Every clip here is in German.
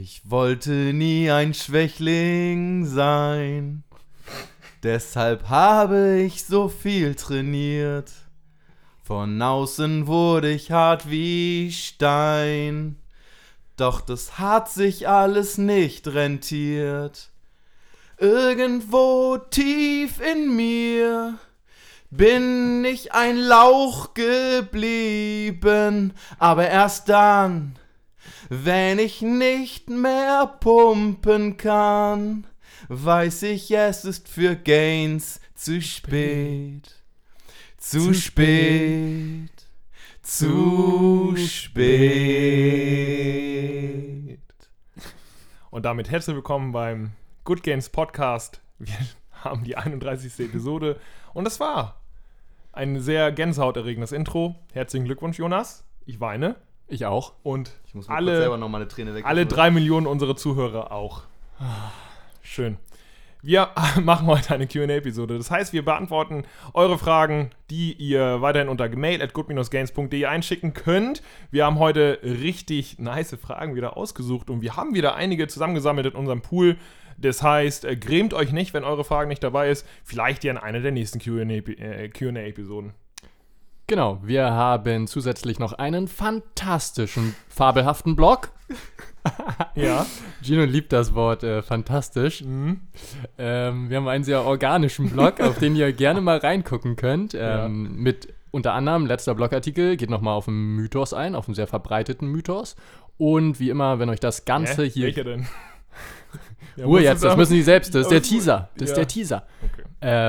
Ich wollte nie ein Schwächling sein, deshalb habe ich so viel trainiert. Von außen wurde ich hart wie Stein, doch das hat sich alles nicht rentiert. Irgendwo tief in mir bin ich ein Lauch geblieben, aber erst dann, wenn ich nicht mehr pumpen kann, weiß ich, es ist für Gains zu spät. Zu spät. Zu spät. Und damit herzlich willkommen beim Good Gains Podcast. Wir haben die 31. Episode und es war ein sehr gänsehauterregendes Intro. Herzlichen Glückwunsch, Jonas. Ich weine. Ich auch. Und Ich muss mir kurz selber noch mal eine Träne weg. alle 3 Millionen unserer Zuhörer auch. Schön. Wir machen heute eine Q&A-Episode. Das heißt, wir beantworten eure Fragen, die ihr weiterhin unter mail@good-gains.de einschicken könnt. Wir haben heute richtig nice Fragen wieder ausgesucht und wir haben wieder einige zusammengesammelt in unserem Pool. Das heißt, grämt euch nicht, wenn eure Frage nicht dabei ist. Vielleicht ja in einer der nächsten Q&A-Episoden. Genau, wir haben zusätzlich noch einen fantastischen, fabelhaften Blog. Ja. Gino liebt das Wort fantastisch. Mhm. Wir haben einen sehr organischen Blog, auf den ihr gerne mal reingucken könnt. Ja. Mit unter anderem, letzter Blogartikel, geht nochmal auf einen Mythos ein, auf einen sehr verbreiteten Mythos. Und wie immer, wenn euch das Ganze hier... Welcher denn? Ja, Ruhe jetzt, das müssen die selbst, das ist der Teaser. Das ist Ja. der Teaser. Okay.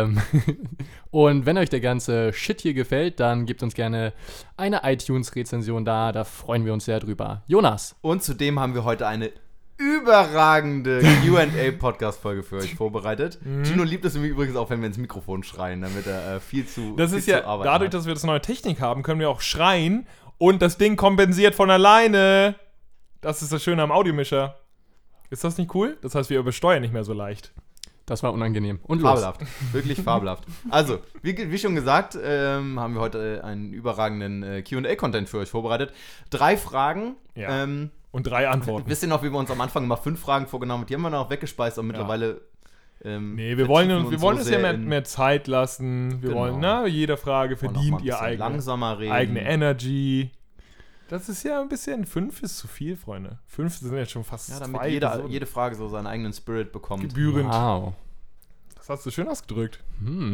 Und wenn euch der ganze Shit hier gefällt, dann gebt uns gerne eine iTunes-Rezension da freuen wir uns sehr drüber. Jonas. Und zudem haben wir heute eine überragende Q&A-Podcast-Folge für euch vorbereitet. Gino liebt es übrigens auch, wenn wir ins Mikrofon schreien, damit er viel zu Das viel ist zu ja, arbeiten dadurch, hat. dass wir das neue Technik haben, können wir auch schreien und das Ding kompensiert von alleine. Das ist das Schöne am Audiomischer. Ist das nicht cool? Das heißt, wir übersteuern nicht mehr so leicht. Das war unangenehm. Und los. Fabelhaft, wirklich fabelhaft. Also, wie schon gesagt, haben wir heute einen überragenden Q&A-Content für euch vorbereitet. 3 Fragen. Ja. Und 3 Antworten. Wisst ihr noch, wie wir uns am Anfang immer 5 Fragen vorgenommen haben? Die haben wir noch weggespeist und mittlerweile Nee, wir wollen uns ja sehr mehr Zeit lassen. Wir Genau. wollen, jede Frage wollen noch mal verdient ein ihr bisschen langsamer reden. eigene Energy. Das ist ja ein bisschen, 5 ist zu viel, Freunde. 5 sind jetzt schon fast Ja, damit 2 jede Frage so seinen eigenen Spirit bekommt. gebührend. Wow. Das hast du schön ausgedrückt.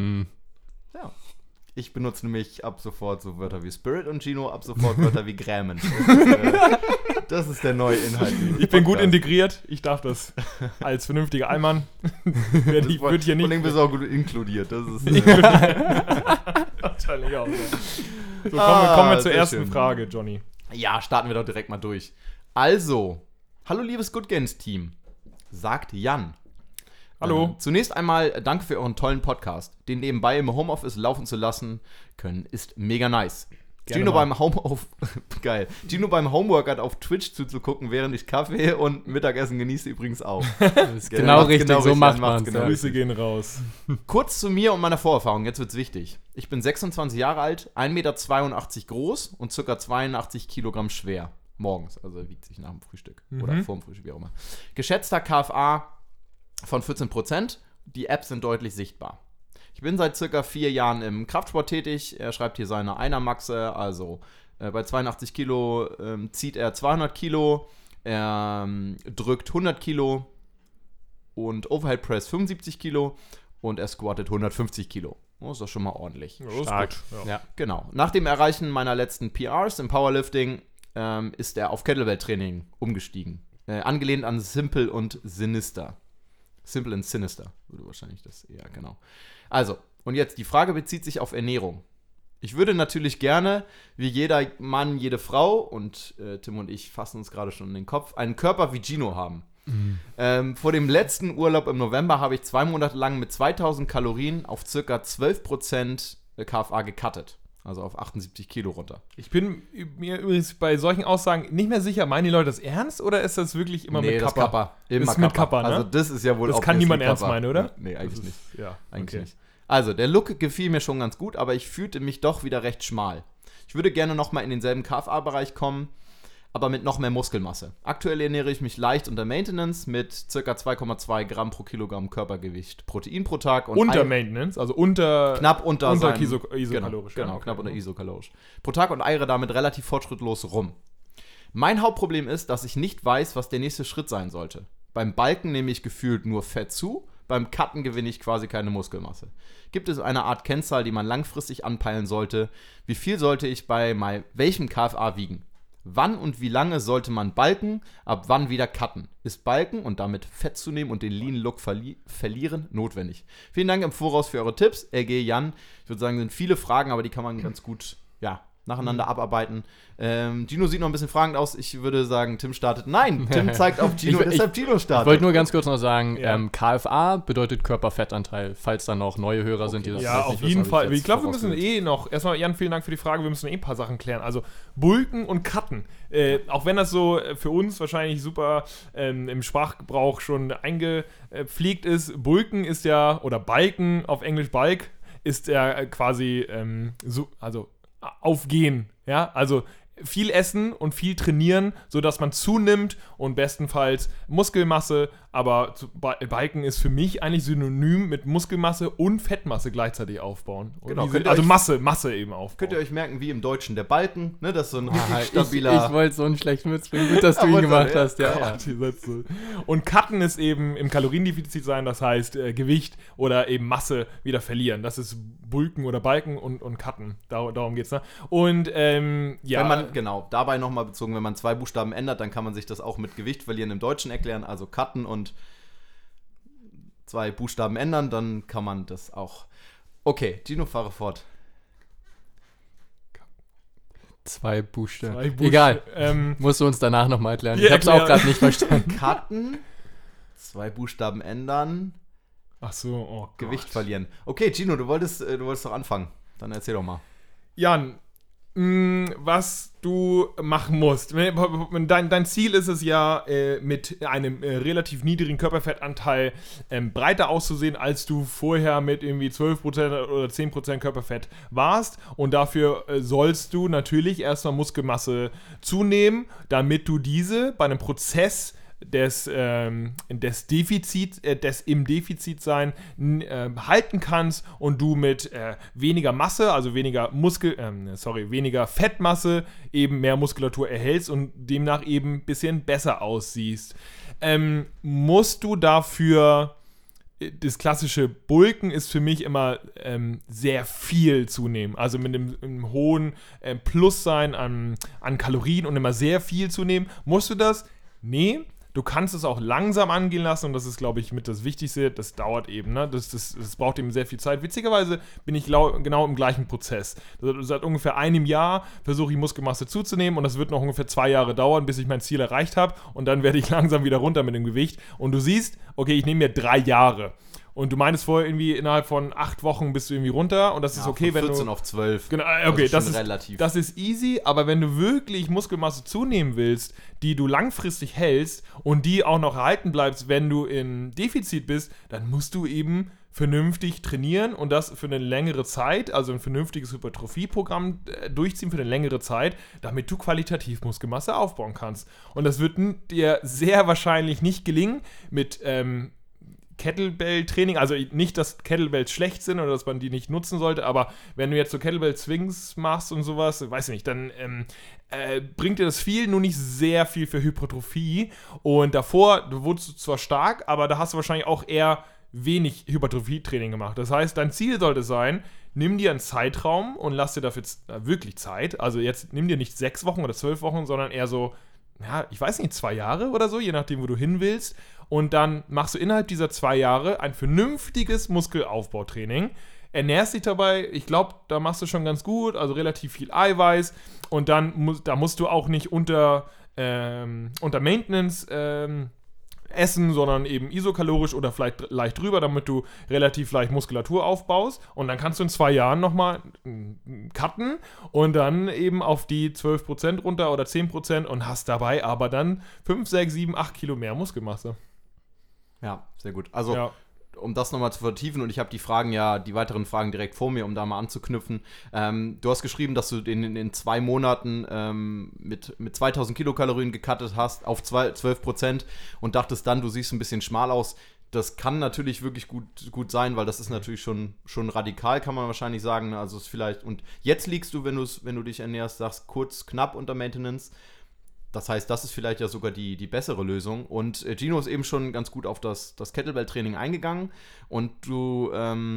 Ja. Ich benutze nämlich ab sofort so Wörter wie Spirit und Gino ab sofort Wörter wie Grämen. Das ist der neue Inhalt. Ich bin gut integriert. Ich darf das als vernünftiger Allmann. Wird hier nicht. Und bist auch gut inkludiert. Das ist Wahrscheinlich auch. So, kommen wir zur sehr ersten schön. Frage, Johnny. Ja, starten wir doch direkt mal durch. Also, hallo liebes Good Gains Team, sagt Jan. Hallo. Zunächst einmal danke für euren tollen Podcast. Den nebenbei im Homeoffice laufen zu lassen können, ist mega nice. Gerne Gino mal. Gino beim Homeworkout auf Twitch zuzugucken, während ich Kaffee und Mittagessen genieße übrigens auch. Das ist Genau, genau macht's richtig, genau so richtig, macht macht's man es. genau Ja. Grüße gehen raus. Kurz zu mir und meiner Vorerfahrung, jetzt wird's wichtig. Ich bin 26 Jahre alt, 1,82 Meter groß und ca. 82 Kilogramm schwer. Morgens, also wiegt sich nach dem Frühstück oder vor dem Frühstück, wie auch immer. Geschätzter KFA von 14%. Die Apps sind deutlich sichtbar. Ich bin seit circa 4 Jahren im Kraftsport tätig. Er schreibt hier seine Einermaxe, also bei 82 Kilo zieht er 200 Kilo, er drückt 100 Kilo und Overhead Press 75 Kilo und er squattet 150 Kilo. Oh, ist das schon mal ordentlich. Ja, Stark. ist gut. Ja. Genau. Nach dem Erreichen meiner letzten PRs im Powerlifting ist er auf Kettlebell-Training umgestiegen. Angelehnt an Simple und Sinister. Simple and Sinister würde wahrscheinlich das eher, genau. Also, und jetzt, die Frage bezieht sich auf Ernährung. Ich würde natürlich gerne, wie jeder Mann, jede Frau, und Tim und ich fassen uns gerade schon in den Kopf, einen Körper wie Gino haben. Vor dem letzten Urlaub im November habe ich 2 Monate lang mit 2000 Kalorien auf ca. 12% KFA gecuttet. Also auf 78 Kilo runter. Ich bin mir übrigens bei solchen Aussagen nicht mehr sicher, meinen die Leute das ernst oder ist das wirklich immer mit das Kappa? Kappa. Immer Ist mit Kappa, ne? Also das ist ja wohl Das kann obviously niemand ernst Kappa. meinen, oder? Ja, nee, eigentlich Das nicht. ist, ja, Eigentlich okay. nicht. Also, der Look gefiel mir schon ganz gut, aber ich fühlte mich doch wieder recht schmal. Ich würde gerne nochmal in denselben KFA-Bereich kommen, aber mit noch mehr Muskelmasse. Aktuell ernähre ich mich leicht unter Maintenance mit ca. 2,2 Gramm pro Kilogramm Körpergewicht Protein pro Tag. Und unter Maintenance, also knapp unter isokalorisch. Genau, knapp unter isokalorisch. Pro Tag und eiere damit relativ fortschrittlos rum. Mein Hauptproblem ist, dass ich nicht weiß, was der nächste Schritt sein sollte. Beim Balken nehme ich gefühlt nur Fett zu, beim Cutten gewinne ich quasi keine Muskelmasse. Gibt es eine Art Kennzahl, die man langfristig anpeilen sollte? Wie viel sollte ich bei welchem KFA wiegen? Wann und wie lange sollte man balken, ab wann wieder cutten? Ist Balken und damit Fett zunehmen und den Lean-Look verlieren notwendig? Vielen Dank im Voraus für eure Tipps, RG Jan. Ich würde sagen, sind viele Fragen, aber die kann man ganz gut, nacheinander abarbeiten. Gino sieht noch ein bisschen fragend aus. Ich würde sagen, Tim startet. Nein, Tim zeigt auf Gino, deshalb Gino startet. Ich wollte nur ganz kurz noch sagen, KFA bedeutet Körperfettanteil, falls dann noch neue Hörer sind, die das ja, auf jeden Fall. Ich glaube, wir müssen erstmal, Jan, vielen Dank für die Frage, wir müssen ein paar Sachen klären. Also, Bulken und Cutten. Auch wenn das so für uns wahrscheinlich super im Sprachgebrauch schon eingepflegt ist, Bulken ist ja, oder Balken, auf Englisch Bulk, ist ja quasi aufgehen, ja, also viel essen und viel trainieren, sodass man zunimmt und bestenfalls Muskelmasse, aber Balken ist für mich eigentlich synonym mit Muskelmasse und Fettmasse gleichzeitig aufbauen. Genau, Masse eben aufbauen. Könnt ihr euch merken, wie im Deutschen der Balken, ne, das ist so ein richtig stabiler... Ich wollte so einen schlechten Witz bringen, gut, dass du ihn gemacht hast, ja. Und Cutten ist eben im Kaloriendefizit sein, das heißt Gewicht oder eben Masse wieder verlieren. Das ist Bulken oder Balken und Cutten. Darum geht's, ne? Und, Wenn man, dabei nochmal bezogen, wenn man 2 Buchstaben ändert, dann kann man sich das auch mit Gewicht verlieren im Deutschen erklären, also Cutten und 2 Buchstaben ändern, dann kann man das auch. Okay, Gino, fahre fort. 2 Buchstaben. Egal, musst du uns danach nochmal erklären. Ich hab's auch gerade nicht verstanden. Cutten, 2 Buchstaben ändern. Ach so, oh Gott. Gewicht verlieren. Okay, Gino, du wolltest doch anfangen. Dann erzähl doch mal. Jan, was du machen musst. Dein Ziel ist es ja, mit einem relativ niedrigen Körperfettanteil breiter auszusehen, als du vorher mit irgendwie 12% oder 10% Körperfett warst. Und dafür sollst du natürlich erstmal Muskelmasse zunehmen, damit du diese bei einem Prozess des im Defizit sein halten kannst und du mit weniger Masse, also weniger weniger Fettmasse eben mehr Muskulatur erhältst und demnach eben ein bisschen besser aussiehst. Musst du dafür, das klassische Bulken ist für mich immer sehr viel zunehmen, also mit einem hohen Plussein an Kalorien und immer sehr viel zunehmen. Musst du das? Nee. Du kannst es auch langsam angehen lassen und das ist, glaube ich, mit das Wichtigste. Das dauert eben, ne? Das braucht eben sehr viel Zeit. Witzigerweise bin ich genau im gleichen Prozess. Seit ungefähr einem Jahr versuche ich Muskelmasse zuzunehmen und das wird noch ungefähr 2 Jahre dauern, bis ich mein Ziel erreicht habe und dann werde ich langsam wieder runter mit dem Gewicht. Und du siehst, okay, ich nehme mir 3 Jahre. Und du meintest vorher irgendwie, innerhalb von 8 Wochen bist du irgendwie runter und das ist okay, wenn du... 14 auf 12. Genau, okay, das ist relativ. Das ist easy, aber wenn du wirklich Muskelmasse zunehmen willst, die du langfristig hältst und die auch noch erhalten bleibst, wenn du in Defizit bist, dann musst du eben vernünftig trainieren und das für eine längere Zeit, also ein vernünftiges Hypertrophie-Programm durchziehen für eine längere Zeit, damit du qualitativ Muskelmasse aufbauen kannst. Und das wird dir sehr wahrscheinlich nicht gelingen mit Kettlebell-Training, also nicht, dass Kettlebells schlecht sind oder dass man die nicht nutzen sollte, aber wenn du jetzt so Kettlebell-Swings machst und sowas, weiß ich nicht, dann bringt dir das viel, nur nicht sehr viel für Hypertrophie und davor, du wurdest zwar stark, aber da hast du wahrscheinlich auch eher wenig Hypertrophie-Training gemacht. Das heißt, dein Ziel sollte sein, nimm dir einen Zeitraum und lass dir dafür wirklich Zeit, also jetzt nimm dir nicht 6 Wochen oder 12 Wochen, sondern eher so, ja, ich weiß nicht, 2 Jahre oder so, je nachdem, wo du hin willst. Und dann machst du innerhalb dieser 2 Jahre ein vernünftiges Muskelaufbautraining. Ernährst dich dabei, ich glaube, da machst du schon ganz gut, also relativ viel Eiweiß. Und dann musst du auch nicht unter Maintenance essen, sondern eben isokalorisch oder vielleicht leicht drüber, damit du relativ leicht Muskulatur aufbaust. Und dann kannst du in 2 Jahren nochmal cutten und dann eben auf die 12% runter oder 10% und hast dabei aber dann 5, 6, 7, 8 Kilo mehr Muskelmasse. Ja, sehr gut. Also um das nochmal zu vertiefen, und ich habe die weiteren Fragen direkt vor mir, um da mal anzuknüpfen. Du hast geschrieben, dass du in 2 Monaten mit 2000 Kilokalorien gecuttet hast auf 12% und dachtest dann, du siehst ein bisschen schmal aus. Das kann natürlich wirklich gut sein, weil das ist natürlich schon radikal, kann man wahrscheinlich sagen. Also es ist vielleicht, und jetzt liegst du, wenn du dich ernährst, sagst kurz, knapp unter Maintenance. Das heißt, das ist vielleicht ja sogar die bessere Lösung. Und Gino ist eben schon ganz gut auf das Kettlebell-Training eingegangen. Und du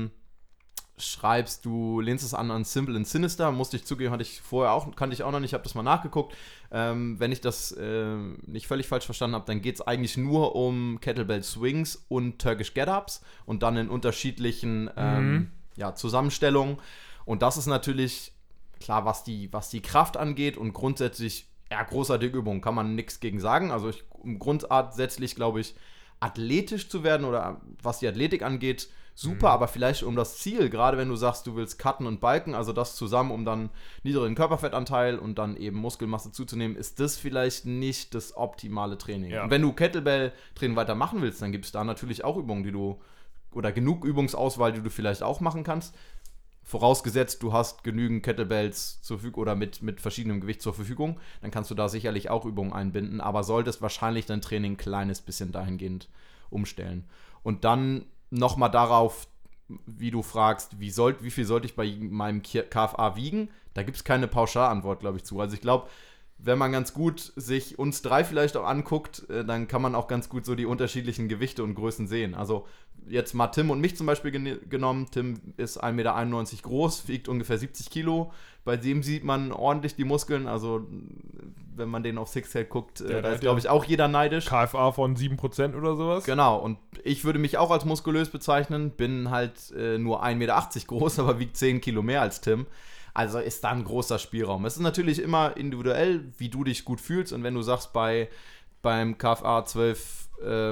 schreibst, du lehnst es an Simple and Sinister. Musste ich zugeben, kannte ich auch noch nicht, habe das mal nachgeguckt. Wenn ich das nicht völlig falsch verstanden habe, dann geht es eigentlich nur um Kettlebell Swings und Turkish Get-Ups und dann in unterschiedlichen Zusammenstellungen. Und das ist natürlich klar, was die Kraft angeht und grundsätzlich großartige Übung, kann man nichts gegen sagen. Also grundsätzlich glaube ich, athletisch zu werden oder was die Athletik angeht, super, aber vielleicht um das Ziel, gerade wenn du sagst, du willst cutten und balken, also das zusammen, um dann niedrigen Körperfettanteil und dann eben Muskelmasse zuzunehmen, ist das vielleicht nicht das optimale Training. Ja. Und wenn du Kettlebell-Training weiter machen willst, dann gibt es da natürlich auch Übungen, oder genug Übungsauswahl, die du vielleicht auch machen kannst. Vorausgesetzt, du hast genügend Kettlebells zur Verfügung oder mit verschiedenem Gewicht zur Verfügung, dann kannst du da sicherlich auch Übungen einbinden, aber solltest wahrscheinlich dein Training ein kleines bisschen dahingehend umstellen. Und dann nochmal darauf, wie du fragst, wie viel sollte ich bei meinem KFA wiegen? Da gibt es keine Pauschalantwort, glaube ich, zu. Also ich glaube, wenn man ganz gut sich uns 3 vielleicht auch anguckt, dann kann man auch ganz gut so die unterschiedlichen Gewichte und Größen sehen. Also jetzt mal Tim und mich zum Beispiel genommen. Tim ist 1,91 Meter groß, wiegt ungefähr 70 Kilo. Bei dem sieht man ordentlich die Muskeln. Also wenn man den auf Sixpack guckt, da ist, glaube ich, auch jeder neidisch. KFA von 7% oder sowas. Genau, und ich würde mich auch als muskulös bezeichnen. Bin halt nur 1,80 Meter groß, aber wiegt 10 Kilo mehr als Tim. Also ist da ein großer Spielraum. Es ist natürlich immer individuell, wie du dich gut fühlst. Und wenn du sagst, beim KFA 12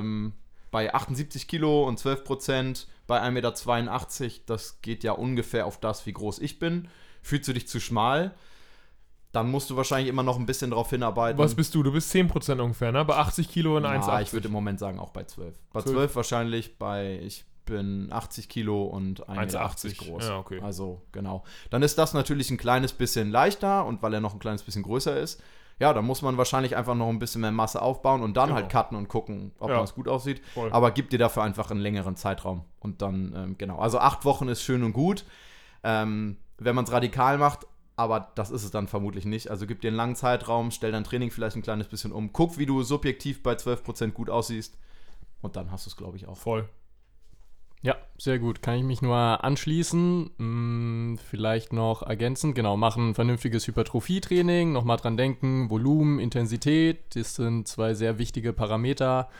bei 78 Kilo und 12%, bei 1,82 Meter, das geht ja ungefähr auf das, wie groß ich bin. Fühlst du dich zu schmal, dann musst du wahrscheinlich immer noch ein bisschen darauf hinarbeiten. Was bist du? Du bist 10% ungefähr, ne? Bei 80 Kilo und 1,80. Ich würde im Moment sagen, auch bei 12. Bei 12 wahrscheinlich, ich bin 80 Kilo und 1,80 Meter groß. Ja, okay. Also, genau. Dann ist das natürlich ein kleines bisschen leichter und weil er noch ein kleines bisschen größer ist, ja, dann muss man wahrscheinlich einfach noch ein bisschen mehr Masse aufbauen und dann halt cutten und gucken, ob das gut aussieht. Voll. Aber gib dir dafür einfach einen längeren Zeitraum. Und dann, genau. Also 8 Wochen ist schön und gut, wenn man es radikal macht, aber das ist es dann vermutlich nicht. Also gib dir einen langen Zeitraum, stell dein Training vielleicht ein kleines bisschen um, guck, wie du subjektiv bei 12% gut aussiehst und dann hast du es, glaube ich, auch. Voll. Ja, sehr gut. Kann ich mich nur anschließen. Vielleicht noch ergänzend. Genau, machen vernünftiges Hypertrophie-Training. Nochmal dran denken. Volumen, Intensität. Das sind 2 sehr wichtige Parameter.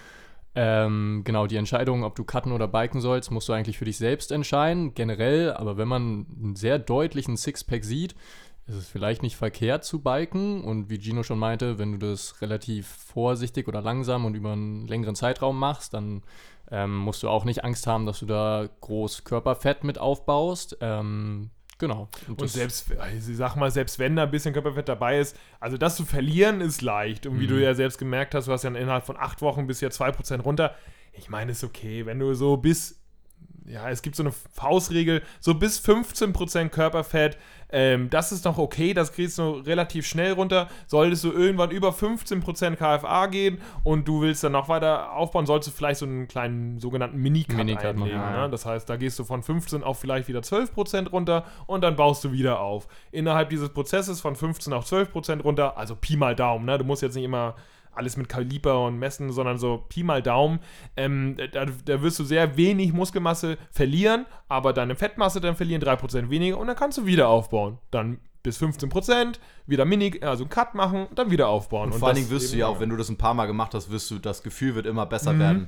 Genau, die Entscheidung, ob du cutten oder biken sollst, musst du eigentlich für dich selbst entscheiden. Generell, aber wenn man einen sehr deutlichen Sixpack sieht, ist es vielleicht nicht verkehrt zu biken. Und wie Gino schon meinte, wenn du das relativ vorsichtig oder langsam und über einen längeren Zeitraum machst, dann musst du auch nicht Angst haben, dass du da groß Körperfett mit aufbaust. Genau. Und selbst wenn da ein bisschen Körperfett dabei ist, also das zu verlieren ist leicht. Und wie du ja selbst gemerkt hast, du hast ja innerhalb von 8 Wochen bis ja 2% runter. Ich meine, ist okay, wenn du so es gibt so eine Faustregel, so bis 15% Körperfett, das ist noch okay, das kriegst du relativ schnell runter. Solltest du irgendwann über 15% KFA gehen und du willst dann noch weiter aufbauen, solltest du vielleicht so einen kleinen sogenannten Mini-Cut einlegen. Ja. Ne? Das heißt, da gehst du von 15 auf vielleicht wieder 12% runter und dann baust du wieder auf. Innerhalb dieses Prozesses von 15 auf 12% runter, also Pi mal Daumen, ne? Du musst jetzt nicht immer alles mit Kaliber und messen, sondern so Pi mal Daumen, da wirst du sehr wenig Muskelmasse verlieren, aber deine Fettmasse dann verlieren 3% weniger und dann kannst du wieder aufbauen. Dann bis 15%, wieder also einen Cut machen, dann wieder aufbauen. Und vor allen Dingen wirst du ja auch, wenn du das ein paar Mal gemacht hast, das Gefühl wird immer besser werden.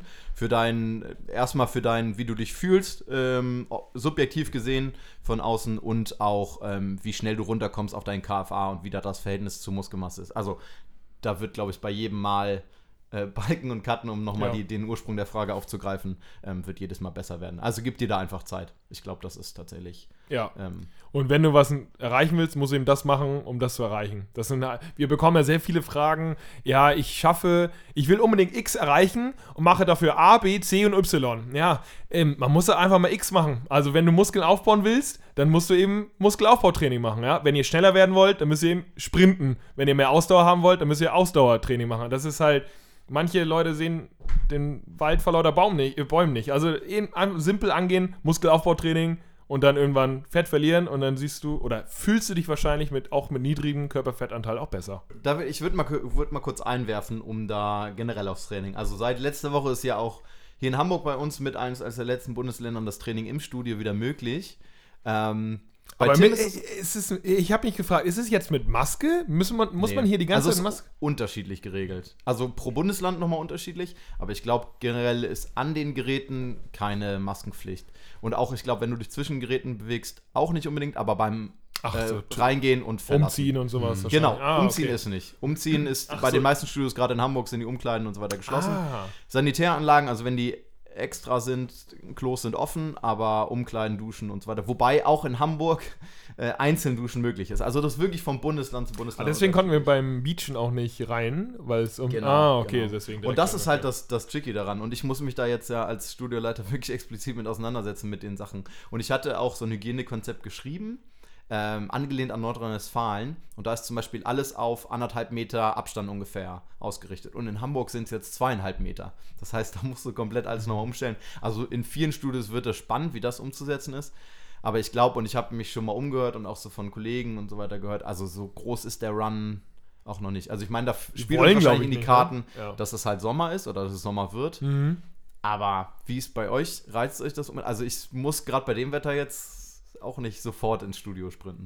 Erstmal für dein, wie du dich fühlst, subjektiv gesehen von außen und auch, wie schnell du runterkommst auf deinen KFA und wie da das Verhältnis zur Muskelmasse ist. Also da wird, glaube ich, bei jedem Mal Balken und Cutten, um nochmal Ja. den Ursprung der Frage aufzugreifen, wird jedes Mal besser werden. Also gib dir da einfach Zeit. Ich glaube, das ist tatsächlich... Ja. Und wenn du was erreichen willst, musst du eben das machen, um das zu erreichen. Wir bekommen ja sehr viele Fragen. Ja, ich will unbedingt X erreichen und mache dafür A, B, C und Y. Ja, man muss da einfach mal X machen. Also wenn du Muskeln aufbauen willst, dann musst du eben Muskelaufbautraining machen. Ja? Wenn ihr schneller werden wollt, dann müsst ihr eben sprinten. Wenn ihr mehr Ausdauer haben wollt, dann müsst ihr Ausdauertraining machen. Das ist halt, manche Leute sehen den Wald vor lauter Bäumen nicht. Also eben simpel angehen, Muskelaufbautraining, und dann irgendwann Fett verlieren und dann siehst du, oder fühlst du dich wahrscheinlich auch mit niedrigem Körperfettanteil auch besser. Ich würde mal kurz einwerfen, um da generell aufs Training. Also seit letzter Woche ist ja auch hier in Hamburg bei uns mit eines der letzten Bundesländern das Training im Studio wieder möglich. Aber ich habe mich gefragt, ist es jetzt mit Maske? Muss man hier die ganze Zeit Maske? Unterschiedlich geregelt. Also pro Bundesland nochmal unterschiedlich, aber ich glaube generell ist an den Geräten keine Maskenpflicht. Und auch, ich glaube, wenn du dich zwischen Geräten bewegst, auch nicht unbedingt, aber beim reingehen und verlassen. Umziehen und sowas. Genau, umziehen ist nicht. Umziehen ist bei den meisten Studios, gerade in Hamburg, sind die Umkleiden und so weiter geschlossen. Sanitäranlagen, also wenn die extra sind, Klos sind offen, aber Umkleiden, Duschen und so weiter. Wobei auch in Hamburg einzeln Duschen möglich ist. Also das ist wirklich vom Bundesland zu Bundesland. Deswegen konnten wir beim Beachen auch nicht rein, weil es genau. Deswegen. Und das ist halt das Tricky daran. Und ich muss mich da jetzt ja als Studioleiter wirklich explizit mit auseinandersetzen mit den Sachen. Und ich hatte auch so ein Hygienekonzept geschrieben, angelehnt an Nordrhein-Westfalen. Und da ist zum Beispiel alles auf 1,5 Meter Abstand ungefähr ausgerichtet. Und in Hamburg sind es jetzt 2,5 Meter. Das heißt, da musst du komplett alles nochmal umstellen. Also in vielen Studios wird es spannend, wie das umzusetzen ist. Aber ich glaube, und ich habe mich schon mal umgehört und auch so von Kollegen und so weiter gehört, also so groß ist der Run auch noch nicht. Also ich meine, da spielt wahrscheinlich in die Karten, dass es halt Sommer ist oder dass es Sommer wird. Mhm. Aber wie ist bei euch? Reizt euch das? Also ich muss gerade bei dem Wetter jetzt auch nicht sofort ins Studio sprinten.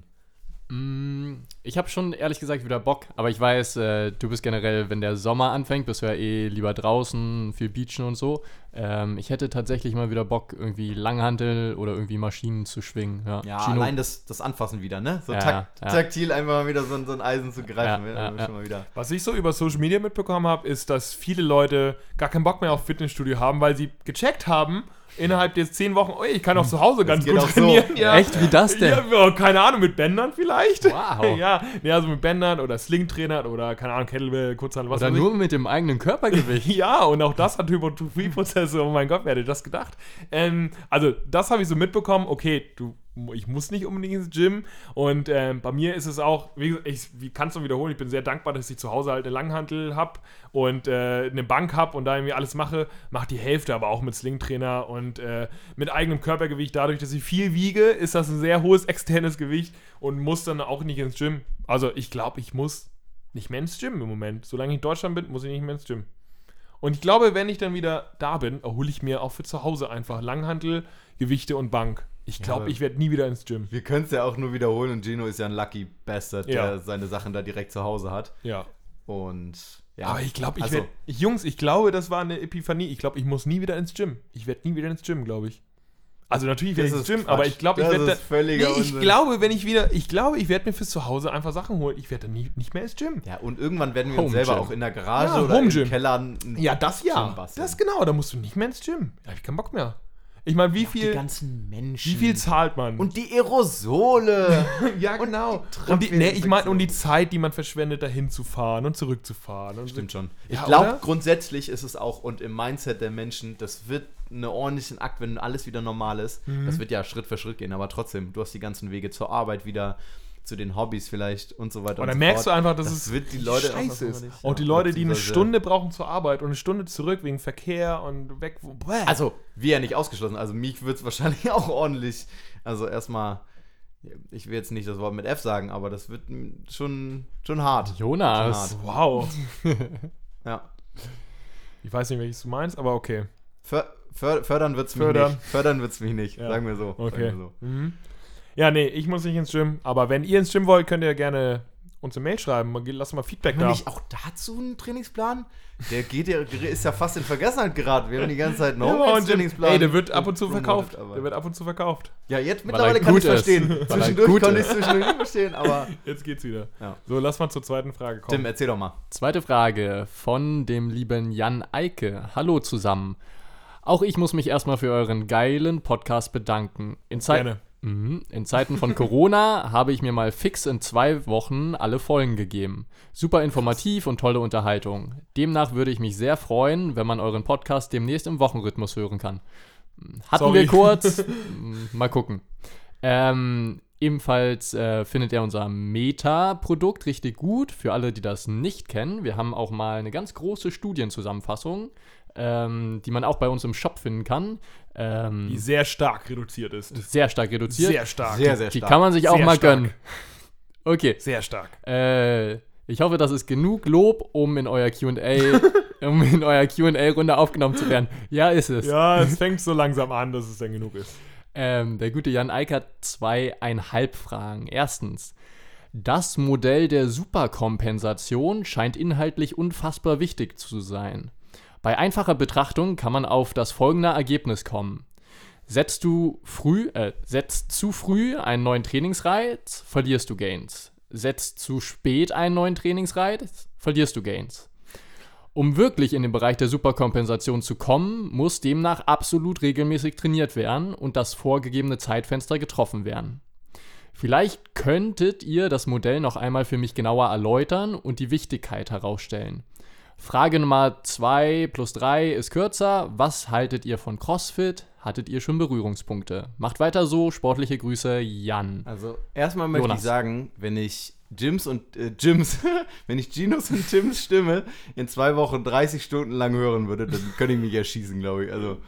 Ich habe schon ehrlich gesagt wieder Bock, aber ich weiß, du bist generell, wenn der Sommer anfängt, bist du ja eh lieber draußen, viel Beachen und so. Ich hätte tatsächlich mal wieder Bock, irgendwie Langhantel oder irgendwie Maschinen zu schwingen. Ja, allein das Anfassen wieder, ne? So taktil einfach mal wieder so ein Eisen zu greifen. Schon mal wieder. Was ich so über Social Media mitbekommen habe, ist, dass viele Leute gar keinen Bock mehr auf Fitnessstudio haben, weil sie gecheckt haben, innerhalb der 10 Wochen, ich kann auch zu Hause ganz gut trainieren. So. Ja. Echt, wie das denn? Ja, keine Ahnung, mit Bändern vielleicht. Wow. Also mit Bändern oder Slingtrainer oder, keine Ahnung, Kettlebell, Kurzhantel, was oder nur mit dem eigenen Körpergewicht. Ja, und auch das hat Hypertrophie-Prozesse. Oh mein Gott, wer hätte das gedacht? Also, das habe ich so mitbekommen. Okay, ich muss nicht unbedingt ins Gym. Und bei mir ist es auch, wie kann es noch wiederholen, ich bin sehr dankbar, dass ich zu Hause halt eine Langhantel habe und eine Bank habe und da irgendwie alles mache die Hälfte aber auch mit Slingtrainer und mit eigenem Körpergewicht. Dadurch, dass ich viel wiege, ist das ein sehr hohes externes Gewicht und muss dann auch nicht ins Gym. Also ich glaube, ich muss nicht mehr ins Gym im Moment. Solange ich in Deutschland bin, muss ich nicht mehr ins Gym. Und ich glaube, wenn ich dann wieder da bin, hole ich mir auch für zu Hause einfach Langhantel, Gewichte und Bank. Ich glaube, ich werde nie wieder ins Gym. Wir können es ja auch nur wiederholen und Gino ist ja ein Lucky Bastard, der seine Sachen da direkt zu Hause hat. Ja. Und ja. Aber ich glaube, ich glaube, das war eine Epiphanie. Ich glaube, ich muss nie wieder ins Gym. Ich werde nie wieder ins Gym, glaube ich. Also natürlich werde ich ins Gym, Quatsch. Aber ich glaube, ich werde ich werde mir fürs Zuhause einfach Sachen holen. Ich werde dann nicht mehr ins Gym. Ja, und irgendwann werden wir uns selber auch in der Garage oder im Keller das genau, da musst du nicht mehr ins Gym. Da habe ich keinen Bock mehr. Ich meine, wie viel... Die ganzen Menschen. Wie viel zahlt man? Und die Aerosole. Ja, genau. Und die Zeit, die man verschwendet, dahin zu fahren und zurückzufahren. Und stimmt schon. Ich glaube, grundsätzlich ist es auch, und im Mindset der Menschen, das wird einen ordentlichen Akt, wenn alles wieder normal ist. Mhm. Das wird ja Schritt für Schritt gehen, aber trotzdem, du hast die ganzen Wege zur Arbeit wieder, zu den Hobbys vielleicht und so weiter. Und dann merkst du einfach, dass es wird die Leute scheiße ist. Auch die Leute, die eine Stunde brauchen zur Arbeit und eine Stunde zurück wegen Verkehr und weg. Also, wir ja nicht ausgeschlossen. Also, mich wird es wahrscheinlich auch ordentlich. Also, erstmal, ich will jetzt nicht das Wort mit F sagen, aber das wird schon hart. Jonas. Schon hart. Wow. Ja. Ich weiß nicht, welches du meinst, aber okay. Fördern wird es mich nicht. Fördern wird es mich nicht, ja. Sagen wir so. Okay. Mhm. Ja, nee, ich muss nicht ins Gym, aber wenn ihr ins Gym wollt, könnt ihr gerne uns eine Mail schreiben. Lass mal Feedback Haben wir da. nicht auch dazu einen Trainingsplan? Ist ja fast in Vergessenheit geraten. Wir haben die ganze Zeit einen Trainingsplan. Ey, der wird ab und zu verkauft. Der wird ab und zu verkauft. Ja, jetzt Weil mittlerweile er kann gut ich verstehen. ist. Weil er Zwischendurch gut konnte ich ist. zwischendurch nicht verstehen, aber... Jetzt geht's wieder. Ja. So, lass mal zur zweiten Frage kommen. Tim, erzähl doch mal. Zweite Frage von dem lieben Jan Eike. Hallo zusammen. Auch ich muss mich erstmal für euren geilen Podcast bedanken. In Gerne. Zeiten von Corona habe ich mir mal fix in 2 Wochen alle Folgen gegeben. Super informativ und tolle Unterhaltung. Demnach würde ich mich sehr freuen, wenn man euren Podcast demnächst im Wochenrhythmus hören kann. Hatten wir kurz. Mal gucken. Ebenfalls findet er unser Meta-Produkt richtig gut. Für alle, die das nicht kennen. Wir haben auch mal eine ganz große Studienzusammenfassung, die man auch bei uns im Shop finden kann. Die sehr stark reduziert ist. Sehr stark reduziert. Sehr stark. Sehr, sehr Die stark. kann man sich auch Sehr mal stark. gönnen. Okay. Sehr stark. Ich hoffe, das ist genug Lob, um in euer Q&A-Runde aufgenommen zu werden. Ja, ist es. Ja, es fängt so langsam an, dass es dann genug ist. Der gute Jan Eik hat 2,5 Fragen. Erstens, das Modell der Superkompensation scheint inhaltlich unfassbar wichtig zu sein. Bei einfacher Betrachtung kann man auf das folgende Ergebnis kommen. Setzt zu früh einen neuen Trainingsreiz, verlierst du Gains. Setzt zu spät einen neuen Trainingsreiz, verlierst du Gains. Um wirklich in den Bereich der Superkompensation zu kommen, muss demnach absolut regelmäßig trainiert werden und das vorgegebene Zeitfenster getroffen werden. Vielleicht könntet ihr das Modell noch einmal für mich genauer erläutern und die Wichtigkeit herausstellen. Frage Nummer 2 plus 3 ist kürzer. Was haltet ihr von CrossFit? Hattet ihr schon Berührungspunkte? Macht weiter so. Sportliche Grüße, Jan. Also, erstmal möchte Jonas. ich sagen, wenn ich Ginos und Tims Stimme in 2 Wochen 30 Stunden lang hören würde, dann könnte ich mich erschießen, glaube ich. Also,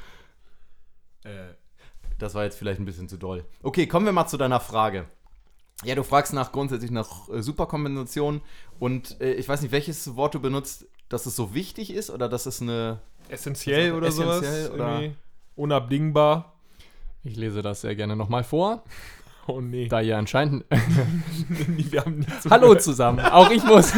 das war jetzt vielleicht ein bisschen zu doll. Okay, kommen wir mal zu deiner Frage. Ja, du fragst grundsätzlich nach Superkompensation und ich weiß nicht, welches Wort du benutzt, dass es so wichtig ist oder dass es eine... Essentiell oder sowas? Essentiell oder- Irgendwie unabdingbar. Ich lese das sehr gerne nochmal vor, Oh nee. da ihr anscheinend... Wir haben nicht so Hallo zusammen, auch ich muss.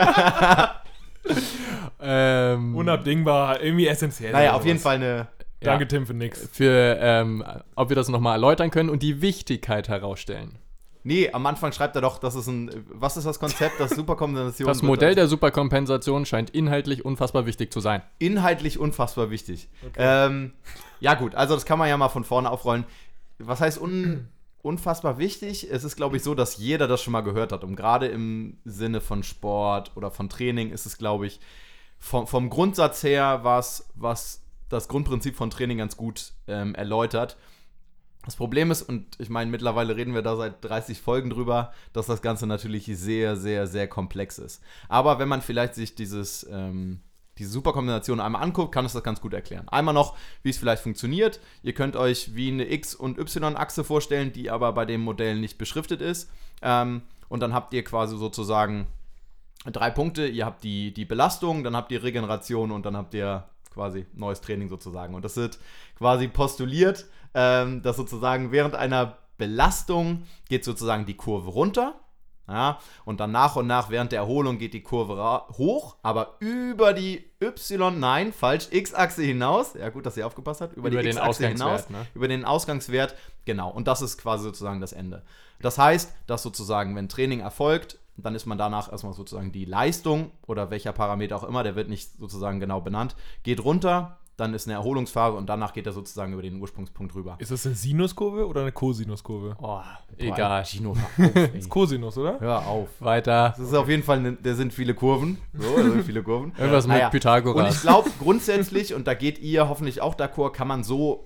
unabdingbar, irgendwie essentiell. Naja, oder auf jeden sowas. Fall eine... Danke, Ja. Tim, für nix. Ob wir das nochmal erläutern können und die Wichtigkeit herausstellen. Nee, am Anfang schreibt er doch, das ist was ist das Konzept, das Superkompensation? Das Modell der Superkompensation scheint inhaltlich unfassbar wichtig zu sein. Inhaltlich unfassbar wichtig. Okay. Ja gut, also das kann man ja mal von vorne aufrollen. Was heißt unfassbar wichtig? Es ist, glaube ich, so, dass jeder das schon mal gehört hat. Und gerade im Sinne von Sport oder von Training ist es, glaube ich, vom Grundsatz her was das Grundprinzip von Training ganz gut erläutert. Das Problem ist, und ich meine, mittlerweile reden wir da seit 30 Folgen drüber, dass das Ganze natürlich sehr, sehr, sehr komplex ist. Aber wenn man vielleicht sich diese Superkombination einmal anguckt, kann es das ganz gut erklären. Einmal noch, wie es vielleicht funktioniert. Ihr könnt euch wie eine X- und Y-Achse vorstellen, die aber bei dem Modell nicht beschriftet ist. Und dann habt ihr quasi sozusagen 3 Punkte. Ihr habt die Belastung, dann habt ihr Regeneration und dann habt ihr quasi neues Training sozusagen. Und das wird quasi postuliert, dass sozusagen während einer Belastung geht sozusagen die Kurve runter. Ja, und dann nach und nach während der Erholung geht die Kurve hoch, aber über die X-Achse hinaus. Ja, gut, dass ihr aufgepasst habt. Über die den X-Achse hinaus. Ausgangswert, ne? Über den Ausgangswert, genau. Und das ist quasi sozusagen das Ende. Das heißt, dass sozusagen, wenn Training erfolgt, dann ist man danach erstmal sozusagen die Leistung oder welcher Parameter auch immer, der wird nicht sozusagen genau benannt, geht runter, dann ist eine Erholungsphase und danach geht er sozusagen über den Ursprungspunkt rüber. Ist das eine Sinuskurve oder eine Cosinuskurve? Oh, egal. Gino, hör auf, ey. Ist Cosinus, oder? Hör auf. Weiter. Das ist auf jeden Fall, da sind viele Kurven. So, da sind viele Kurven. Irgendwas mit Und Pythagoras. ich glaube grundsätzlich, und da geht ihr hoffentlich auch d'accord, kann man so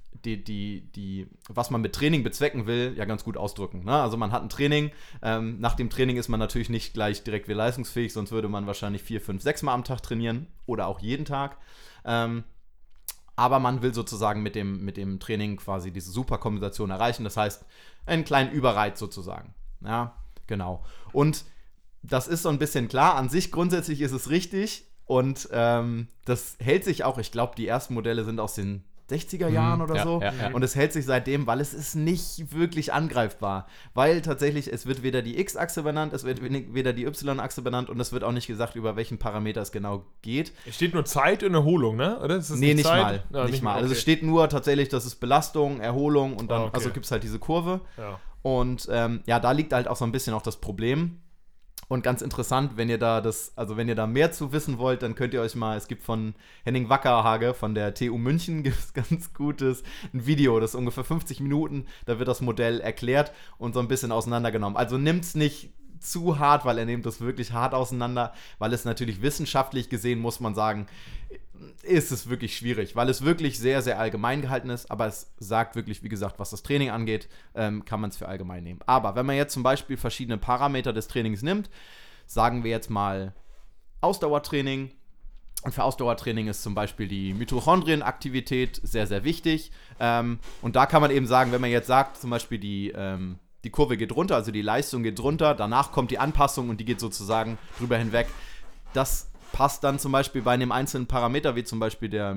was man mit Training bezwecken will, ja ganz gut ausdrücken. Ne? Also man hat ein Training, nach dem Training ist man natürlich nicht gleich direkt wieder leistungsfähig, sonst würde man wahrscheinlich 4, 5, 6 Mal am Tag trainieren oder auch jeden Tag. Aber man will sozusagen mit dem Training quasi diese Superkompensation erreichen, das heißt einen kleinen Überreiz sozusagen. Ja, genau. Und das ist so ein bisschen klar, an sich grundsätzlich ist es richtig und das hält sich auch, ich glaube, die ersten Modelle sind aus den 60er Jahren oder so. Und es hält sich seitdem, weil es ist nicht wirklich angreifbar. Weil tatsächlich, es wird weder die X-Achse benannt, es wird weder die Y-Achse benannt und es wird auch nicht gesagt, über welchen Parameter es genau geht. Es steht nur Zeit und Erholung, ne? Oder? Ist das nicht Zeit? mal. Ja, nicht mal. Okay. Also es steht nur tatsächlich, das ist Belastung, Erholung und dann, also gibt es halt diese Kurve. Ja. Und da liegt halt auch so ein bisschen auch das Problem. Und ganz interessant, wenn ihr da mehr zu wissen wollt, dann könnt ihr euch mal, es gibt von Henning Wackerhage von der TU München, gibt es ganz gutes ein Video, das ist ungefähr 50 Minuten, da wird das Modell erklärt und so ein bisschen auseinandergenommen. Also nimmt's nicht zu hart, weil er nimmt das wirklich hart auseinander, weil es natürlich wissenschaftlich gesehen, muss man sagen, ist es wirklich schwierig, weil es wirklich sehr, sehr allgemein gehalten ist, aber es sagt wirklich, wie gesagt, was das Training angeht, kann man es für allgemein nehmen. Aber wenn man jetzt zum Beispiel verschiedene Parameter des Trainings nimmt, sagen wir jetzt mal Ausdauertraining, und für Ausdauertraining ist zum Beispiel die Mitochondrienaktivität sehr, sehr wichtig, und da kann man eben sagen, wenn man jetzt sagt, zum Beispiel die Kurve geht runter, also die Leistung geht runter, danach kommt die Anpassung und die geht sozusagen drüber hinweg, das passt dann zum Beispiel bei einem einzelnen Parameter, wie zum Beispiel der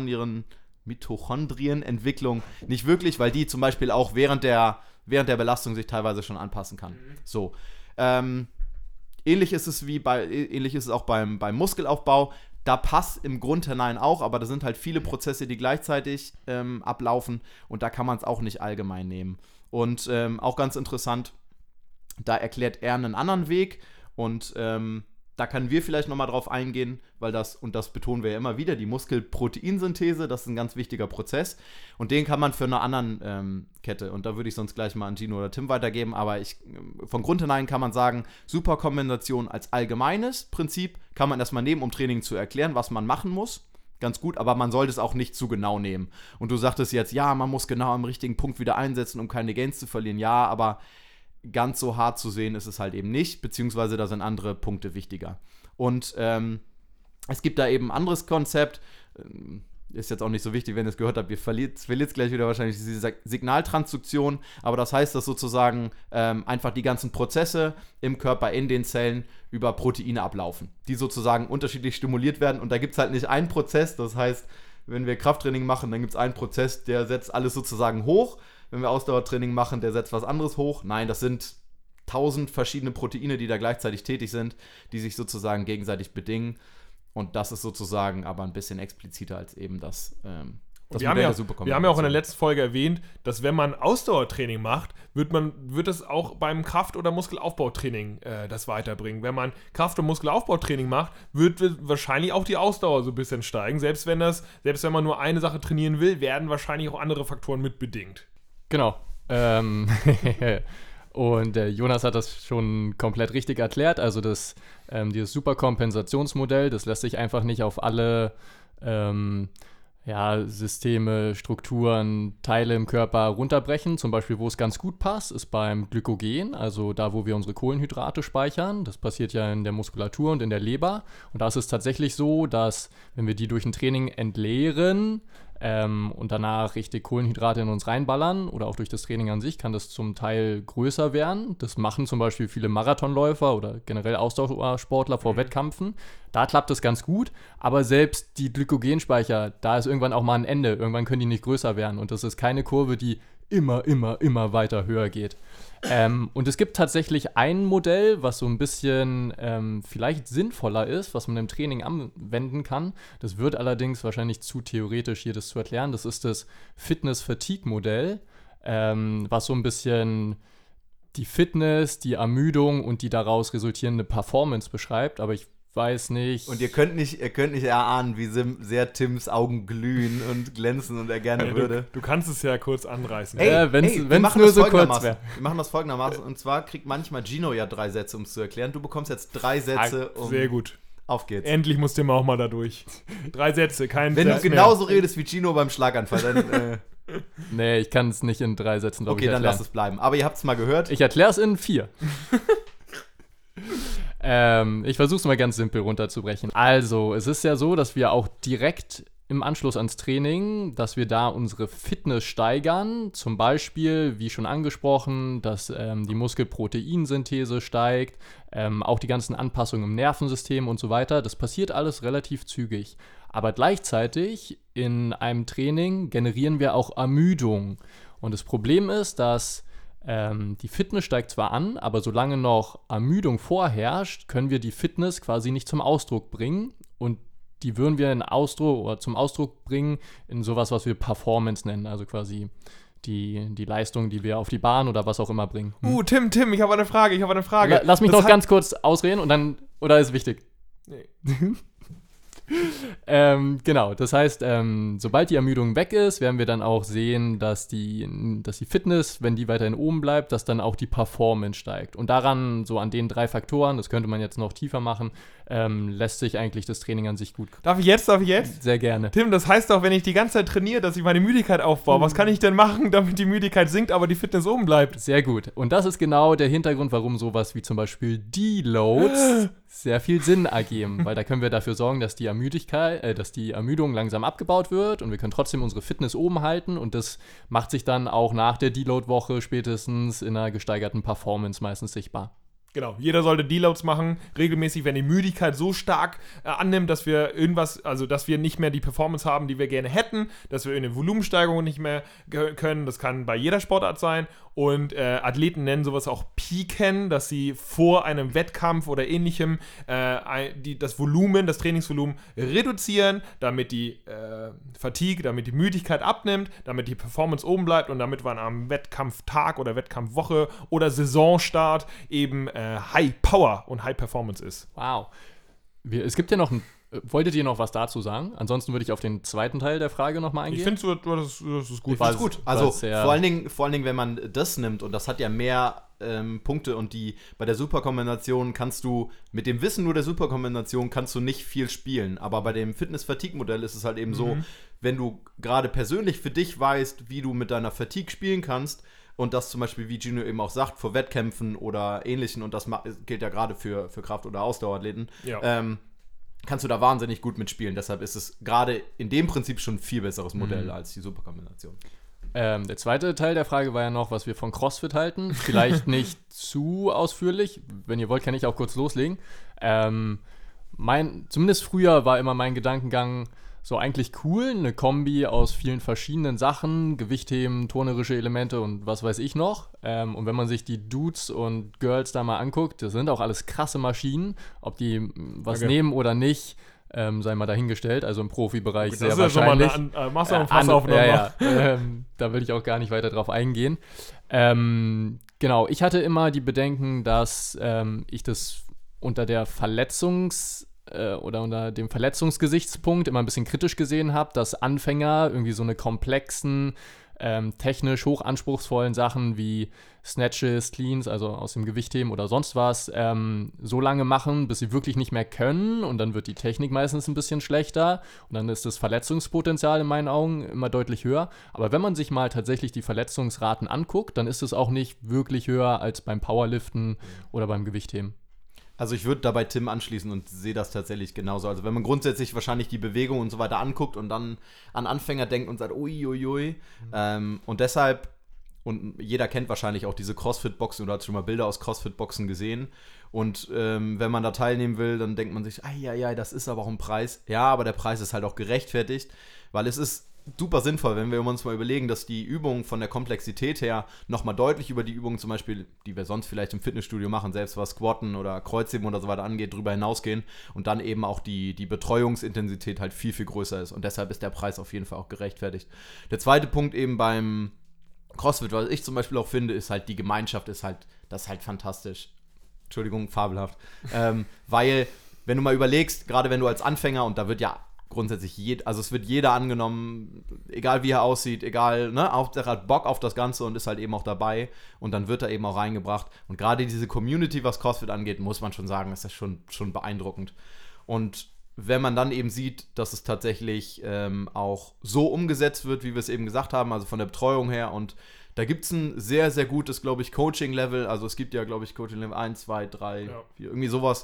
Mitochondrienentwicklung, nicht wirklich, weil die zum Beispiel auch während der Belastung sich teilweise schon anpassen kann. So. Ähnlich ist es auch beim Muskelaufbau. Da passt im Grund hinein auch, aber da sind halt viele Prozesse, die gleichzeitig ablaufen und da kann man es auch nicht allgemein nehmen. Und auch ganz interessant, da erklärt er einen anderen Weg und da können wir vielleicht nochmal drauf eingehen, weil das betonen wir ja immer wieder, die Muskelproteinsynthese, das ist ein ganz wichtiger Prozess und den kann man für eine anderen Kette, und da würde ich sonst gleich mal an Gino oder Tim weitergeben, aber von Grund hinein kann man sagen, Superkompensation als allgemeines Prinzip kann man erstmal nehmen, um Training zu erklären, was man machen muss. Ganz gut, aber man sollte es auch nicht zu genau nehmen. Und du sagtest jetzt, ja, man muss genau am richtigen Punkt wieder einsetzen, um keine Gains zu verlieren. Ja, aber ganz so hart zu sehen ist es halt eben nicht, beziehungsweise da sind andere Punkte wichtiger. Und es gibt da eben ein anderes Konzept, ist jetzt auch nicht so wichtig, wenn ihr es gehört habt, ihr verliert es gleich wieder wahrscheinlich, diese Signaltransduktion, aber das heißt, dass sozusagen einfach die ganzen Prozesse im Körper, in den Zellen über Proteine ablaufen, die sozusagen unterschiedlich stimuliert werden, und da gibt es halt nicht einen Prozess, das heißt, wenn wir Krafttraining machen, dann gibt es einen Prozess, der setzt alles sozusagen hoch. Wenn wir Ausdauertraining machen, der setzt was anderes hoch. Nein, das sind 1000 verschiedene Proteine, die da gleichzeitig tätig sind, die sich sozusagen gegenseitig bedingen. Und das ist sozusagen aber ein bisschen expliziter als eben das wir haben ja auch in der letzten Folge erwähnt, dass wenn man Ausdauertraining macht, wird es auch beim Kraft- oder Muskelaufbautraining das weiterbringen. Wenn man Kraft- und Muskelaufbautraining macht, wird wahrscheinlich auch die Ausdauer so ein bisschen steigen. Selbst wenn man nur eine Sache trainieren will, werden wahrscheinlich auch andere Faktoren mitbedingt. Genau. Und Jonas hat das schon komplett richtig erklärt. Also dieses Superkompensationsmodell, das lässt sich einfach nicht auf alle Systeme, Strukturen, Teile im Körper runterbrechen. Zum Beispiel, wo es ganz gut passt, ist beim Glykogen, also da, wo wir unsere Kohlenhydrate speichern. Das passiert ja in der Muskulatur und in der Leber. Und da ist es tatsächlich so, dass, wenn wir die durch ein Training entleeren, und danach richtig Kohlenhydrate in uns reinballern oder auch durch das Training an sich, kann das zum Teil größer werden. Das machen zum Beispiel viele Marathonläufer oder generell Ausdauersportler vor Wettkämpfen. Da klappt es ganz gut, aber selbst die Glykogenspeicher, da ist irgendwann auch mal ein Ende. Irgendwann können die nicht größer werden und das ist keine Kurve, die immer weiter höher geht. Und es gibt tatsächlich ein Modell, was so ein bisschen vielleicht sinnvoller ist, was man im Training anwenden kann. Das wird allerdings wahrscheinlich zu theoretisch, hier das zu erklären. Das ist das Fitness-Fatigue-Modell, was so ein bisschen die Fitness, die Ermüdung und die daraus resultierende Performance beschreibt. Aber ich weiß nicht. Und ihr könnt nicht erahnen, wie sehr Tims Augen glühen und glänzen und er gerne würde. Du kannst es ja kurz anreißen. Wenn es nur so kurz wäre. Wir machen das folgendermaßen. Und zwar kriegt manchmal Gino ja 3 Sätze, um es zu erklären. Du bekommst jetzt 3 Sätze, Sehr gut. Auf geht's. Endlich muss Tim auch mal da durch. 3 Sätze, kein Wenn du genauso redest wie Gino beim Schlaganfall, dann Nee, ich kann es nicht in 3 Sätzen, glaube ich, erklären. Okay, dann lass es bleiben. Aber ihr habt es mal gehört. Ich erkläre es in 4. Ich versuche es mal ganz simpel runterzubrechen. Also, es ist ja so, dass wir auch direkt im Anschluss ans Training, dass wir da unsere Fitness steigern. Zum Beispiel, wie schon angesprochen, dass die Muskelproteinsynthese steigt, auch die ganzen Anpassungen im Nervensystem und so weiter. Das passiert alles relativ zügig. Aber gleichzeitig in einem Training generieren wir auch Ermüdung. Und das Problem ist, dass die Fitness steigt zwar an, aber solange noch Ermüdung vorherrscht, können wir die Fitness quasi nicht zum Ausdruck bringen. Und die würden wir zum Ausdruck bringen in sowas, was wir Performance nennen, also quasi die Leistung, die wir auf die Bahn oder was auch immer bringen. Tim, ich habe eine Frage. Lass mich noch ganz kurz ausreden und dann, oder ist wichtig? Nee. Genau, das heißt, sobald die Ermüdung weg ist, werden wir dann auch sehen, dass die Fitness, wenn die weiterhin oben bleibt, dass dann auch die Performance steigt. Und daran, so an den 3 Faktoren, das könnte man jetzt noch tiefer machen, lässt sich eigentlich das Training an sich gut. Darf ich jetzt? Sehr gerne. Tim, das heißt doch, wenn ich die ganze Zeit trainiere, dass ich meine Müdigkeit aufbaue. Was kann ich denn machen, damit die Müdigkeit sinkt, aber die Fitness oben bleibt? Sehr gut. Und das ist genau der Hintergrund, warum sowas wie zum Beispiel Deloads sehr viel Sinn ergeben. Weil da können wir dafür sorgen, dass die Ermüdung langsam abgebaut wird und wir können trotzdem unsere Fitness oben halten. Und das macht sich dann auch nach der Deload-Woche spätestens in einer gesteigerten Performance meistens sichtbar. Genau, jeder sollte Deloads machen, regelmäßig, wenn die Müdigkeit so stark annimmt, dass wir dass wir nicht mehr die Performance haben, die wir gerne hätten, dass wir eine Volumensteigerung nicht mehr können. Das kann bei jeder Sportart sein. Und Athleten nennen sowas auch Peaken, dass sie vor einem Wettkampf oder ähnlichem das Trainingsvolumen reduzieren, damit die Fatigue, damit die Müdigkeit abnimmt, damit die Performance oben bleibt und damit man am Wettkampftag oder Wettkampfwoche oder Saisonstart eben High Power und High Performance ist. Wow. Es gibt ja noch wolltet ihr noch was dazu sagen? Ansonsten würde ich auf den zweiten Teil der Frage nochmal eingehen. Ich finde, das ist gut. Das ist gut. Also vor allen Dingen, wenn man das nimmt, und das hat ja mehr Punkte, und bei der Superkombination kannst du, mit dem Wissen nur der Superkombination kannst du nicht viel spielen. Aber bei dem Fitness-Fatigue-Modell ist es halt eben so, wenn du gerade persönlich für dich weißt, wie du mit deiner Fatigue spielen kannst, und das zum Beispiel, wie Gino eben auch sagt, vor Wettkämpfen oder Ähnlichen, und das gilt ja gerade für Kraft- oder Ausdauerathleten, kannst du da wahnsinnig gut mitspielen. Deshalb ist es gerade in dem Prinzip schon ein viel besseres Modell als die Superkombination. Der zweite Teil der Frage war ja noch, was wir von CrossFit halten. Vielleicht nicht zu ausführlich. Wenn ihr wollt, kann ich auch kurz loslegen. Zumindest früher war immer mein Gedankengang so eigentlich cool, eine Kombi aus vielen verschiedenen Sachen, Gewichtheben, turnerische Elemente und was weiß ich noch. Und wenn man sich die Dudes und Girls da mal anguckt, das sind auch alles krasse Maschinen. Ob die was nehmen oder nicht, sei mal dahingestellt. Also im Profibereich sehr wahrscheinlich. Machst du einen Fass auf nochmal. Da will ich auch gar nicht weiter drauf eingehen. Genau, ich hatte immer die Bedenken, dass ich das unter dem Verletzungsgesichtspunkt immer ein bisschen kritisch gesehen habe, dass Anfänger irgendwie so eine komplexen, technisch hochanspruchsvollen Sachen wie Snatches, Cleans, also aus dem Gewichtheben oder sonst was, so lange machen, bis sie wirklich nicht mehr können, und dann wird die Technik meistens ein bisschen schlechter und dann ist das Verletzungspotenzial in meinen Augen immer deutlich höher. Aber wenn man sich mal tatsächlich die Verletzungsraten anguckt, dann ist es auch nicht wirklich höher als beim Powerliften oder beim Gewichtheben. Also ich würde dabei Tim anschließen und sehe das tatsächlich genauso. Also wenn man grundsätzlich wahrscheinlich die Bewegung und so weiter anguckt und dann an Anfänger denkt und sagt, uiuiui. Und deshalb, und jeder kennt wahrscheinlich auch diese CrossFit-Boxen oder hat schon mal Bilder aus CrossFit-Boxen gesehen. Und wenn man da teilnehmen will, dann denkt man sich, das ist aber auch ein Preis. Ja, aber der Preis ist halt auch gerechtfertigt, weil es ist super sinnvoll, wenn wir uns mal überlegen, dass die Übungen von der Komplexität her nochmal deutlich über die Übungen zum Beispiel, die wir sonst vielleicht im Fitnessstudio machen, selbst was Squatten oder Kreuzheben oder so weiter angeht, drüber hinausgehen und dann eben auch die Betreuungsintensität halt viel, viel größer ist, und deshalb ist der Preis auf jeden Fall auch gerechtfertigt. Der zweite Punkt eben beim CrossFit, was ich zum Beispiel auch finde, ist halt die Gemeinschaft, das ist halt fantastisch. Entschuldigung, fabelhaft. Weil, wenn du mal überlegst, gerade wenn du als Anfänger, und da wird ja grundsätzlich es wird jeder angenommen, egal wie er aussieht, egal, ne, er hat Bock auf das Ganze und ist halt eben auch dabei, und dann wird er eben auch reingebracht, und gerade diese Community, was CrossFit angeht, muss man schon sagen, ist das schon beeindruckend. Und wenn man dann eben sieht, dass es tatsächlich auch so umgesetzt wird, wie wir es eben gesagt haben, also von der Betreuung her, und da gibt es ein sehr, sehr gutes, glaube ich, Coaching-Level, also es gibt ja, glaube ich, Coaching-Level 1, 2, 3, 4, irgendwie sowas,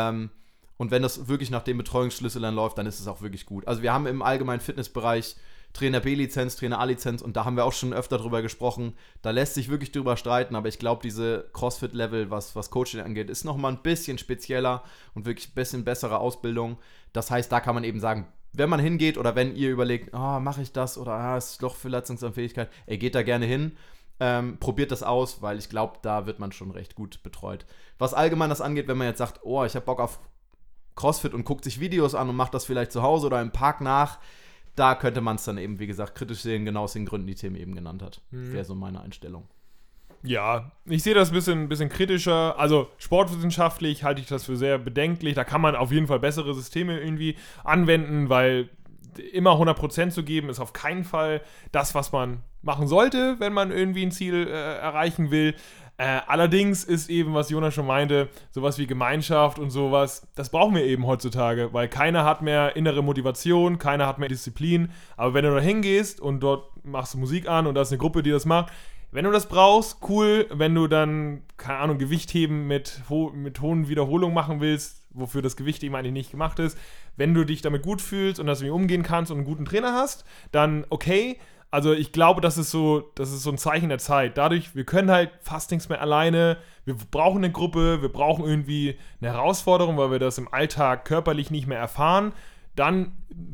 und wenn das wirklich nach dem Betreuungsschlüssel dann läuft, dann ist es auch wirklich gut. Also wir haben im allgemeinen Fitnessbereich Trainer B-Lizenz, Trainer A-Lizenz, und da haben wir auch schon öfter drüber gesprochen. Da lässt sich wirklich drüber streiten, aber ich glaube, diese CrossFit-Level, was Coaching angeht, ist nochmal ein bisschen spezieller und wirklich ein bisschen bessere Ausbildung. Das heißt, da kann man eben sagen, wenn man hingeht oder wenn ihr überlegt, mache ich das oder ist doch Verletzungsanfälligkeit, geht da gerne hin. Probiert das aus, weil ich glaube, da wird man schon recht gut betreut. Was allgemein das angeht, wenn man jetzt sagt, ich habe Bock auf CrossFit und guckt sich Videos an und macht das vielleicht zu Hause oder im Park nach, da könnte man es dann eben, wie gesagt, kritisch sehen, genau aus den Gründen, die Tim eben genannt hat. Wäre so meine Einstellung. Ja, ich sehe das ein bisschen kritischer. Also sportwissenschaftlich halte ich das für sehr bedenklich. Da kann man auf jeden Fall bessere Systeme irgendwie anwenden, weil immer 100% zu geben ist auf keinen Fall das, was man machen sollte, wenn man irgendwie ein Ziel erreichen will. Allerdings ist eben, was Jonas schon meinte, sowas wie Gemeinschaft und sowas, das brauchen wir eben heutzutage, weil keiner hat mehr innere Motivation, keiner hat mehr Disziplin. Aber wenn du da hingehst und dort machst du Musik an und da ist eine Gruppe, die das macht, wenn du das brauchst, cool. Wenn du dann, keine Ahnung, Gewichtheben mit hohen Wiederholungen machen willst, wofür das Gewichtheben eigentlich nicht gemacht ist, wenn du dich damit gut fühlst und das irgendwie umgehen kannst und einen guten Trainer hast, dann okay. Also ich glaube, das ist so ein Zeichen der Zeit. Dadurch, wir können halt fast nichts mehr alleine. Wir brauchen eine Gruppe, wir brauchen irgendwie eine Herausforderung, weil wir das im Alltag körperlich nicht mehr erfahren. Dann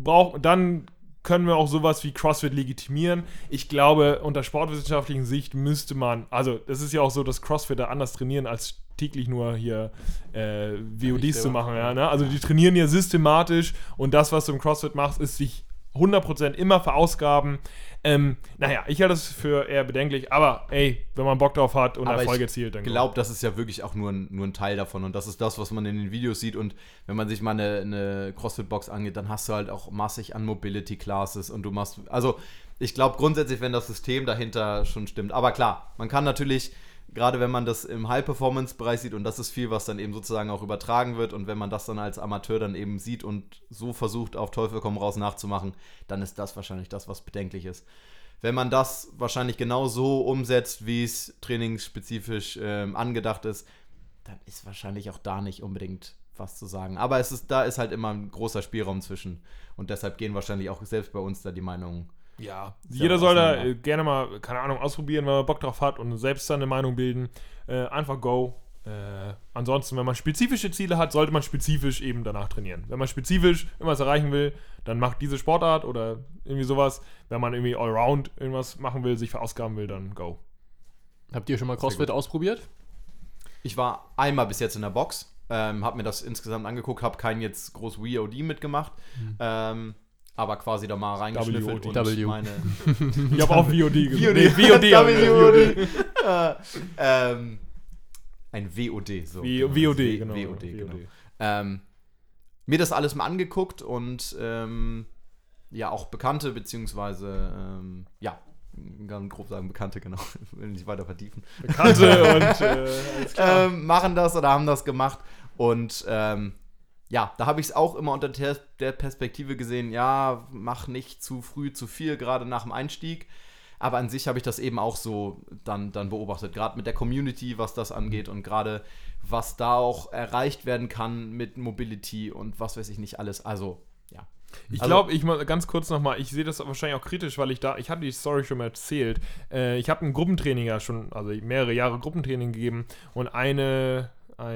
können wir auch sowas wie CrossFit legitimieren. Ich glaube, unter sportwissenschaftlichen Sicht müsste man, also das ist ja auch so, dass CrossFitter anders trainieren, als täglich nur hier VODs zu machen. Ja, ne? Also die trainieren ja systematisch und das, was du im CrossFit machst, ist sich 100% immer verausgaben. Ich halte das für eher bedenklich, aber wenn man Bock drauf hat und Erfolg erzielt, dann ich glaube, das ist ja wirklich auch nur ein Teil davon und das ist das, was man in den Videos sieht und wenn man sich mal eine CrossFit-Box angeht, dann hast du halt auch massig an Mobility-Classes und du machst, also ich glaube grundsätzlich, wenn das System dahinter schon stimmt, aber klar, man kann natürlich, gerade wenn man das im High-Performance-Bereich sieht und das ist viel, was dann eben sozusagen auch übertragen wird und wenn man das dann als Amateur dann eben sieht und so versucht, auf Teufel komm raus nachzumachen, dann ist das wahrscheinlich das, was bedenklich ist. Wenn man das wahrscheinlich genau so umsetzt, wie es trainingsspezifisch angedacht ist, dann ist wahrscheinlich auch da nicht unbedingt was zu sagen. Aber da ist halt immer ein großer Spielraum zwischen und deshalb gehen wahrscheinlich auch selbst bei uns da die Meinungen. Ja, jeder soll da gerne mal, keine Ahnung, ausprobieren, wenn man Bock drauf hat und selbst dann eine Meinung bilden. Einfach go. Ansonsten, wenn man spezifische Ziele hat, sollte man spezifisch eben danach trainieren. Wenn man spezifisch irgendwas erreichen will, dann macht diese Sportart oder irgendwie sowas. Wenn man irgendwie allround irgendwas machen will, sich verausgaben will, dann go. Habt ihr schon mal CrossFit ausprobiert? Ich war einmal bis jetzt in der Box, habe mir das insgesamt angeguckt, habe keinen jetzt groß VOD mitgemacht. Aber quasi da mal reingeschnüffelt und meine... Ich habe auch VOD gesagt. VOD. Ein VOD, so. VOD, genau. VOD, genau. Mir das alles mal angeguckt und auch Bekannte, beziehungsweise, ganz grob sagen Bekannte, genau, will nicht weiter vertiefen. Bekannte und alles klar. Machen das oder haben das gemacht und da habe ich es auch immer unter der Perspektive gesehen, ja, mach nicht zu früh zu viel, gerade nach dem Einstieg. Aber an sich habe ich das eben auch so dann beobachtet, gerade mit der Community, was das angeht und gerade was da auch erreicht werden kann mit Mobility und was weiß ich nicht alles. Also, ja. Ich glaube, ich mal ganz kurz nochmal, ich sehe das wahrscheinlich auch kritisch, weil ich hatte die Story schon mal erzählt. Ich habe ein Gruppentraining ja schon, also mehrere Jahre Gruppentraining gegeben und eine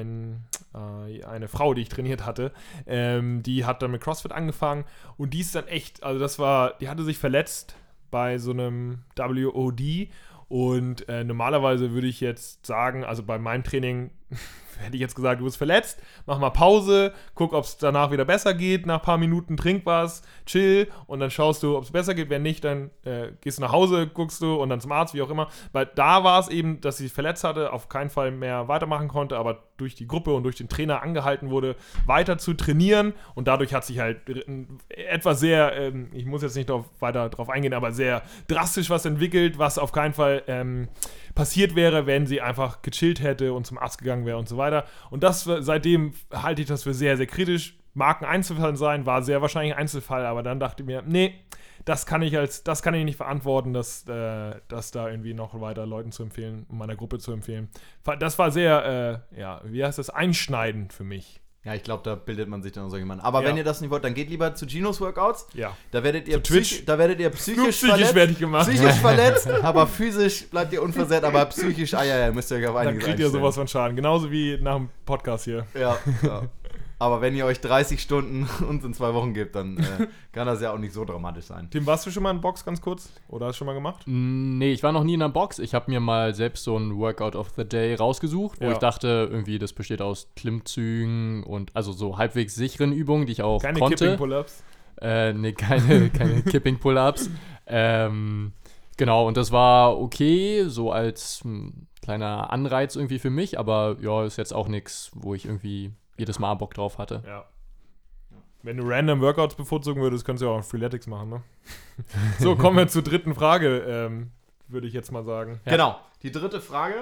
Frau, die ich trainiert hatte, die hat dann mit CrossFit angefangen und die ist dann echt, also die hatte sich verletzt bei so einem WOD und normalerweise würde ich jetzt sagen, also bei meinem Training hätte ich jetzt gesagt, du bist verletzt, mach mal Pause, guck, ob es danach wieder besser geht, nach ein paar Minuten trink was, chill und dann schaust du, ob es besser geht, wenn nicht, dann gehst du nach Hause, guckst du und dann zum Arzt, wie auch immer. Weil da war es eben, dass sie sich verletzt hatte, auf keinen Fall mehr weitermachen konnte, aber durch die Gruppe und durch den Trainer angehalten wurde, weiter zu trainieren und dadurch hat sich halt etwas sehr, ich muss jetzt nicht weiter drauf eingehen, aber sehr drastisch was entwickelt, was auf keinen Fall passiert wäre, wenn sie einfach gechillt hätte und zum Arzt gegangen wäre und so weiter. Und seitdem halte ich das für sehr, sehr kritisch. Mag ein Einzelfall sein, war sehr wahrscheinlich ein Einzelfall, aber dann dachte ich mir, nee, das kann ich nicht verantworten, das da irgendwie noch weiter Leuten zu empfehlen, meiner Gruppe zu empfehlen. Das war sehr, einschneidend für mich. Ja, ich glaube, da bildet man sich dann so jemanden. Aber wenn ihr das nicht wollt, dann geht lieber zu Ginos Workouts. Ja. Da werdet ihr psychisch verletzt. werde ich gemacht. Psychisch verletzt, aber physisch bleibt ihr unversehrt, aber psychisch, müsst ihr euch auf einiges Dann kriegt ihr sowas von Schaden. Genauso wie nach dem Podcast hier. Ja. Aber wenn ihr euch 30 Stunden uns in 2 Wochen gebt, dann kann das ja auch nicht so dramatisch sein. Tim, warst du schon mal in Box ganz kurz? Oder hast du schon mal gemacht? Nee, ich war noch nie in einer Box. Ich habe mir mal selbst so ein Workout of the Day rausgesucht, wo ich dachte, irgendwie, das besteht aus Klimmzügen und also so halbwegs sicheren Übungen, die ich auch Keine konnte. Kipping-Pull-Ups? Nee, keine Kipping-Pull-Ups. Genau, und das war okay, so als kleiner Anreiz irgendwie für mich, aber ja, ist jetzt auch nichts, wo ich irgendwie jedes Mal Bock drauf hatte. Ja. Wenn du random Workouts bevorzugen würdest, könntest du ja auch Freeletics machen, ne? So, kommen wir zur dritten Frage, würde ich jetzt mal sagen. Ja. Genau, die dritte Frage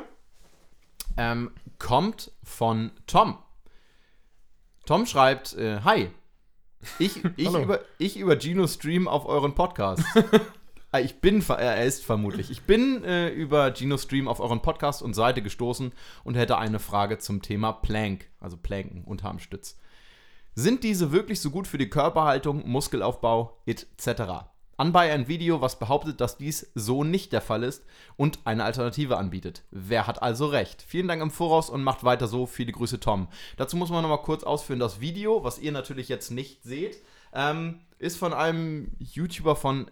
kommt von Tom. Tom schreibt, hi, ich über Gino stream auf euren Podcast. Er ist vermutlich. Ich bin über Gino Stream auf euren Podcast und Seite gestoßen und hätte eine Frage zum Thema Plank, also Planken, Unterarmstütz. Sind diese wirklich so gut für die Körperhaltung, Muskelaufbau etc.? Anbei ein Video, was behauptet, dass dies so nicht der Fall ist und eine Alternative anbietet. Wer hat also recht? Vielen Dank im Voraus und macht weiter so. Viele Grüße, Tom. Dazu muss man nochmal kurz ausführen, das Video, was ihr natürlich jetzt nicht seht, ist von einem YouTuber von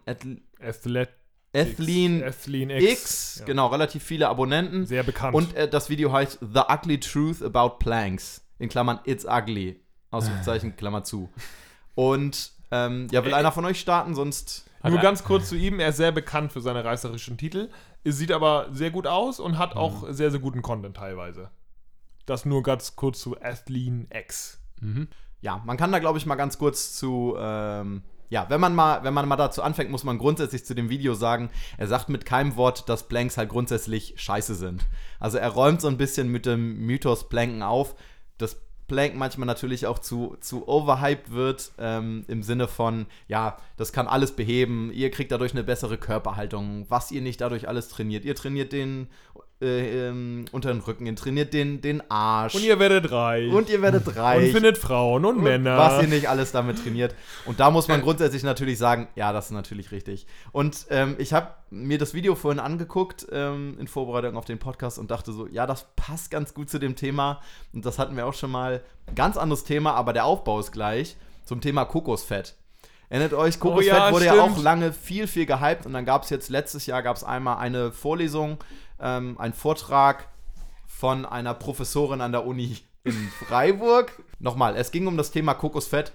Athlean X. Ja. Genau, relativ viele Abonnenten. Sehr bekannt. Und das Video heißt The Ugly Truth About Planks. In Klammern It's Ugly. Ausrufezeichen, Klammer zu. Und will einer von euch starten, sonst... Nur ganz kurz zu ihm, er ist sehr bekannt für seine reißerischen Titel. Es sieht aber sehr gut aus und hat auch sehr, sehr guten Content teilweise. Das nur ganz kurz zu Athlean X. Ja, man kann da, glaube ich, mal ganz kurz zu, wenn man mal dazu anfängt, muss man grundsätzlich zu dem Video sagen, er sagt mit keinem Wort, dass Planks halt grundsätzlich scheiße sind. Also er räumt so ein bisschen mit dem Mythos Planken auf, dass Plank manchmal natürlich auch zu overhyped wird, im Sinne von, ja, das kann alles beheben, ihr kriegt dadurch eine bessere Körperhaltung, was ihr nicht dadurch alles trainiert. Ihr trainiert den unter den Rücken, ihr trainiert den Arsch. Und ihr werdet reich. Und findet Frauen und Männer. Was ihr nicht alles damit trainiert. Und da muss man grundsätzlich natürlich sagen, ja, das ist natürlich richtig. Und ich habe mir das Video vorhin angeguckt, in Vorbereitung auf den Podcast und dachte so, ja, das passt ganz gut zu dem Thema. Und das hatten wir auch schon mal. Ganz anderes Thema, aber der Aufbau ist gleich. Zum Thema Kokosfett. Erinnert euch, Kokosfett wurde ja auch lange viel gehypt. Und dann gab es jetzt, letztes Jahr gab es einmal eine Vorlesung, ein Vortrag von einer Professorin an der Uni in Freiburg. Nochmal, es ging um das Thema Kokosfett.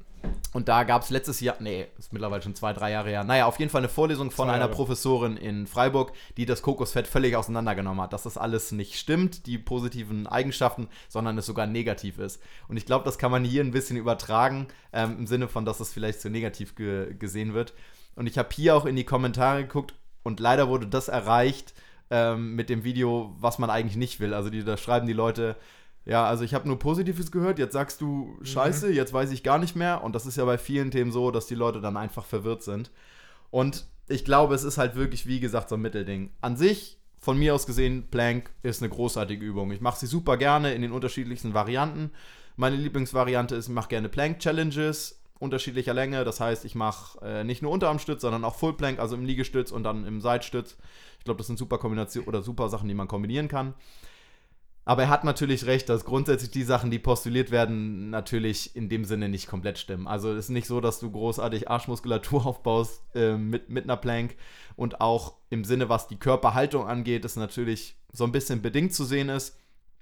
Und da gab es letztes Jahr, ist mittlerweile schon 2-3 Jahre her, auf jeden Fall eine Vorlesung von einer Professorin in Freiburg, die das Kokosfett völlig auseinandergenommen hat, dass das alles nicht stimmt, die positiven Eigenschaften, sondern es sogar negativ ist. Und ich glaube, das kann man hier ein bisschen übertragen, im Sinne von, dass es vielleicht zu negativ gesehen wird. Und ich habe hier auch in die Kommentare geguckt und leider wurde das erreicht mit dem Video, was man eigentlich nicht will. Also da schreiben die Leute... Ja, also ich habe nur Positives gehört, jetzt sagst du Scheiße, jetzt weiß ich gar nicht mehr. Und das ist ja bei vielen Themen so, dass die Leute dann einfach verwirrt sind. Und ich glaube, es ist halt wirklich, wie gesagt, so ein Mittelding. An sich, von mir aus gesehen, Plank ist eine großartige Übung. Ich mache sie super gerne in den unterschiedlichsten Varianten. Meine Lieblingsvariante ist, ich mache gerne Plank-Challenges unterschiedlicher Länge. Das heißt, ich mache nicht nur Unterarmstütz, sondern auch Full Plank, also im Liegestütz und dann im Seitstütz. Ich glaube, das sind super Kombinationen oder super Sachen, die man kombinieren kann. Aber er hat natürlich recht, dass grundsätzlich die Sachen, die postuliert werden, natürlich in dem Sinne nicht komplett stimmen. Also es ist nicht so, dass du großartig Arschmuskulatur aufbaust mit einer Plank. Und auch im Sinne, was die Körperhaltung angeht, ist natürlich so ein bisschen bedingt zu sehen ist.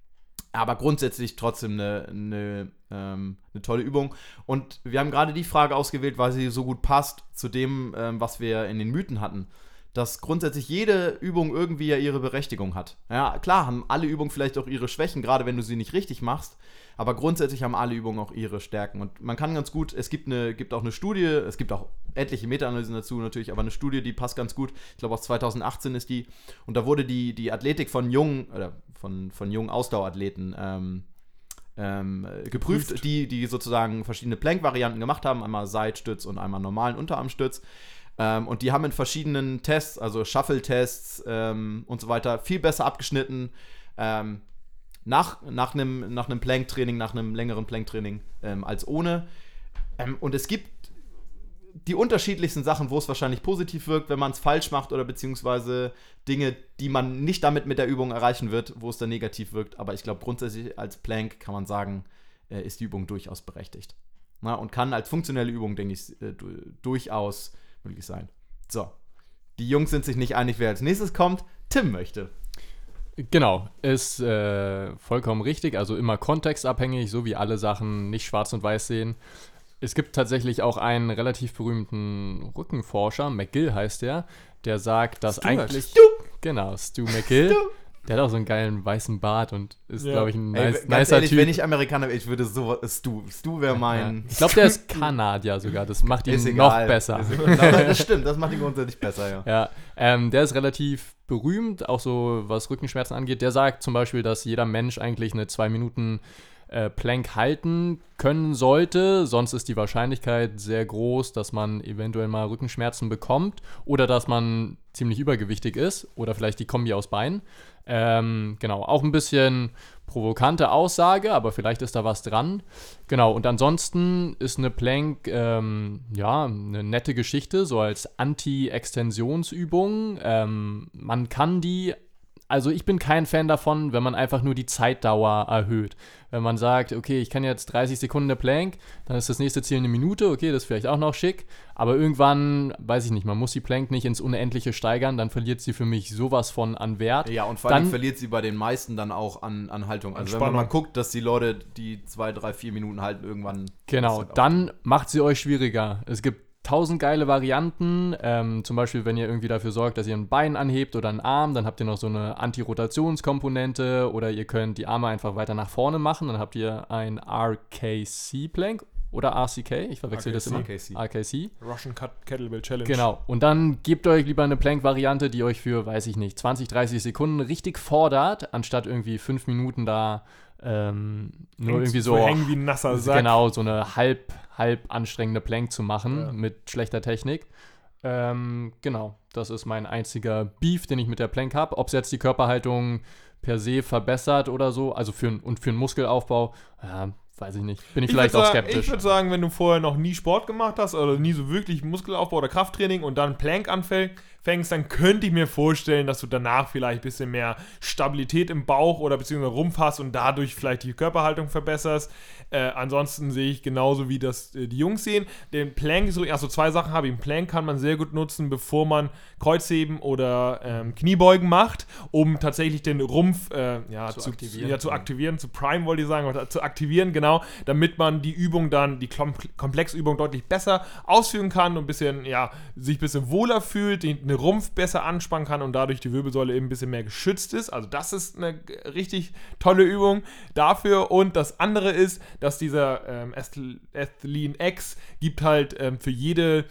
Aber grundsätzlich trotzdem eine tolle Übung. Und wir haben gerade die Frage ausgewählt, weil sie so gut passt zu dem, was wir in den Mythen hatten. Dass grundsätzlich jede Übung irgendwie ja ihre Berechtigung hat. Ja, klar haben alle Übungen vielleicht auch ihre Schwächen, gerade wenn du sie nicht richtig machst, aber grundsätzlich haben alle Übungen auch ihre Stärken. Und man kann ganz gut, es gibt auch eine Studie, es gibt auch etliche Meta-Analysen dazu natürlich, aber eine Studie, die passt ganz gut, ich glaube aus 2018 ist die, und da wurde die Athletik von jungen Ausdauerathleten geprüft, die sozusagen verschiedene Plank-Varianten gemacht haben, einmal Seitstütz und einmal normalen Unterarmstütz. Und die haben in verschiedenen Tests, also Shuffle-Tests und so weiter, viel besser abgeschnitten nach einem Plank-Training, nach einem längeren Plank-Training als ohne. Und es gibt die unterschiedlichsten Sachen, wo es wahrscheinlich positiv wirkt, wenn man es falsch macht oder beziehungsweise Dinge, die man nicht damit mit der Übung erreichen wird, wo es dann negativ wirkt. Aber ich glaube, grundsätzlich als Plank kann man sagen, ist die Übung durchaus berechtigt. Na, und kann als funktionelle Übung, denke ich, durchaus möglich sein. So, die Jungs sind sich nicht einig, wer als nächstes kommt. Tim möchte. Genau, ist vollkommen richtig, also immer kontextabhängig, so wie alle Sachen nicht schwarz und weiß sehen. Es gibt tatsächlich auch einen relativ berühmten Rückenforscher, McGill heißt der sagt, dass eigentlich... Genau, Stu McGill. Der hat auch so einen geilen weißen Bart und ist, glaube ich, ein nicer ehrlich, Typ. wenn ich Amerikaner wäre, ich würde so Stu wäre mein... Ja. Ich glaube, der ist Kanadier sogar, das macht ihn ist noch besser. Das stimmt, das macht ihn grundsätzlich besser, ja. Ja, der ist relativ berühmt, auch so was Rückenschmerzen angeht. Der sagt zum Beispiel, dass jeder Mensch eigentlich eine 2 Minuten Plank halten können sollte, sonst ist die Wahrscheinlichkeit sehr groß, dass man eventuell mal Rückenschmerzen bekommt oder dass man ziemlich übergewichtig ist oder vielleicht die Kombi aus beiden. Genau, auch ein bisschen provokante Aussage, aber vielleicht ist da was dran. Genau, und ansonsten ist eine Plank eine nette Geschichte, so als Anti-Extensionsübung. Man kann die... Also ich bin kein Fan davon, wenn man einfach nur die Zeitdauer erhöht. Wenn man sagt, okay, ich kann jetzt 30 Sekunden eine Plank, dann ist das nächste Ziel 1 Minute, okay, das ist vielleicht auch noch schick, aber irgendwann, weiß ich nicht, man muss die Plank nicht ins Unendliche steigern, dann verliert sie für mich sowas von an Wert. Ja, und vor allem verliert sie bei den meisten dann auch an Haltung. Also wenn man mal guckt, dass die Leute, die 2, 3, 4 Minuten halten, irgendwann... Genau, dann macht sie euch schwieriger. Es gibt 1000 geile Varianten, zum Beispiel, wenn ihr irgendwie dafür sorgt, dass ihr ein Bein anhebt oder einen Arm, dann habt ihr noch so eine Antirotationskomponente oder ihr könnt die Arme einfach weiter nach vorne machen, dann habt ihr ein RKC-Plank oder RCK, ich verwechsel das immer. RKC. Russian Kettlebell Challenge. Genau, und dann gebt euch lieber eine Plank-Variante, die euch für, weiß ich nicht, 20, 30 Sekunden richtig fordert, anstatt irgendwie 5 Minuten da nur irgendwie so hängen wie ein nasser Sack. Genau, so eine halb anstrengende Plank zu machen mit schlechter Technik. Genau, das ist mein einziger Beef, den ich mit der Plank habe. Ob es jetzt die Körperhaltung per se verbessert oder so, also für einen Muskelaufbau, weiß ich nicht. Bin ich vielleicht auch skeptisch. Ich würde sagen, wenn du vorher noch nie Sport gemacht hast oder nie so wirklich Muskelaufbau oder Krafttraining und dann Plank anfängst, dann könnte ich mir vorstellen, dass du danach vielleicht ein bisschen mehr Stabilität im Bauch oder beziehungsweise Rumpf hast und dadurch vielleicht die Körperhaltung verbesserst. Ansonsten sehe ich genauso, wie das die Jungs sehen. Den Plank ist so 2 Sachen habe ich. Den Plank kann man sehr gut nutzen, bevor man Kreuzheben oder Kniebeugen macht, um tatsächlich den Rumpf zu aktivieren, zu prime wollte ich sagen, oder zu aktivieren, genau, damit man die Übung dann, die Komplexübung deutlich besser ausführen kann und sich ein bisschen wohler fühlt, den Rumpf besser anspannen kann und dadurch die Wirbelsäule eben ein bisschen mehr geschützt ist. Also das ist eine richtig tolle Übung dafür. Und das andere ist, dass dieser Athlean X gibt halt für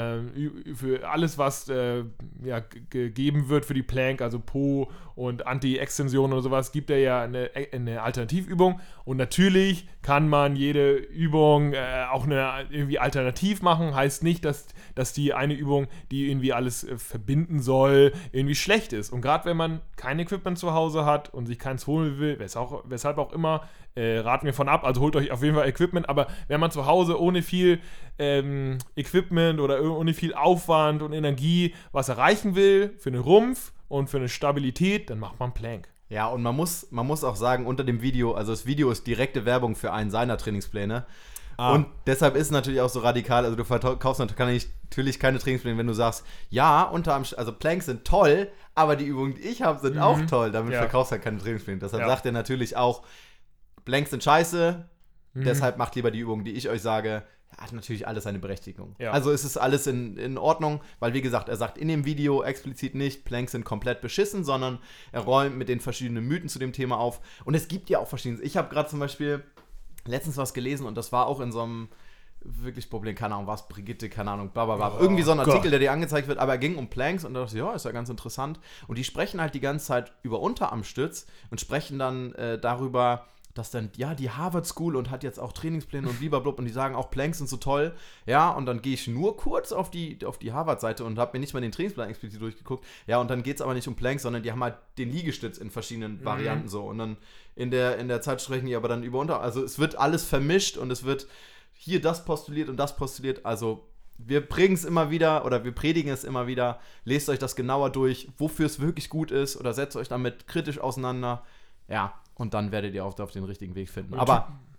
alles, was gegeben wird für die Plank, also Po und Anti-Extension oder sowas, gibt er ja eine Alternativübung. Und natürlich kann man jede Übung auch irgendwie alternativ machen. Heißt nicht, dass die eine Übung, die irgendwie alles verbinden soll, irgendwie schlecht ist. Und gerade wenn man kein Equipment zu Hause hat und sich keins holen will, weshalb auch immer, raten wir von ab. Also holt euch auf jeden Fall Equipment. Aber wenn man zu Hause ohne viel Equipment oder ohne viel Aufwand und Energie was erreichen will, für einen Rumpf und für eine Stabilität, dann macht man Plank. Ja, und man muss auch sagen, unter dem Video, also das Video ist direkte Werbung für einen seiner Trainingspläne. Und deshalb ist es natürlich auch so radikal, also du verkaufst natürlich keine Trainingspläne, wenn du sagst, ja, also Planks sind toll, aber die Übungen, die ich habe, sind auch toll. Damit verkaufst du halt keine Trainingspläne. Deshalb sagt er natürlich auch, Planks sind scheiße, deshalb macht lieber die Übungen, die ich euch sage. Hat natürlich alles seine Berechtigung. Ja. Also es ist alles in Ordnung, weil wie gesagt, er sagt in dem Video explizit nicht, Planks sind komplett beschissen, sondern er räumt mit den verschiedenen Mythen zu dem Thema auf. Und es gibt ja auch verschiedenes. Ich habe gerade zum Beispiel letztens was gelesen und das war auch in so einem wirklich Problem, keine Ahnung, was, Brigitte, keine Ahnung, blablabla. Irgendwie so ein Artikel, der dir angezeigt wird, aber er ging um Planks und da dachte ich, ja, ist ja ganz interessant. Und die sprechen halt die ganze Zeit über Unterarmstütz und sprechen dann darüber, dass dann, ja, die Harvard School und hat jetzt auch Trainingspläne und blablabla und die sagen auch, Planks sind so toll, ja, und dann gehe ich nur kurz auf die Harvard-Seite und habe mir nicht mal den Trainingsplan explizit durchgeguckt, ja, und dann geht es aber nicht um Planks, sondern die haben halt den Liegestütz in verschiedenen Varianten so und dann in der Zeit sprechen die aber dann über also es wird alles vermischt und es wird hier das postuliert und das postuliert, also wir predigen es immer wieder, lest euch das genauer durch, wofür es wirklich gut ist oder setzt euch damit kritisch auseinander, ja, und dann werdet ihr auf den richtigen Weg finden. Aber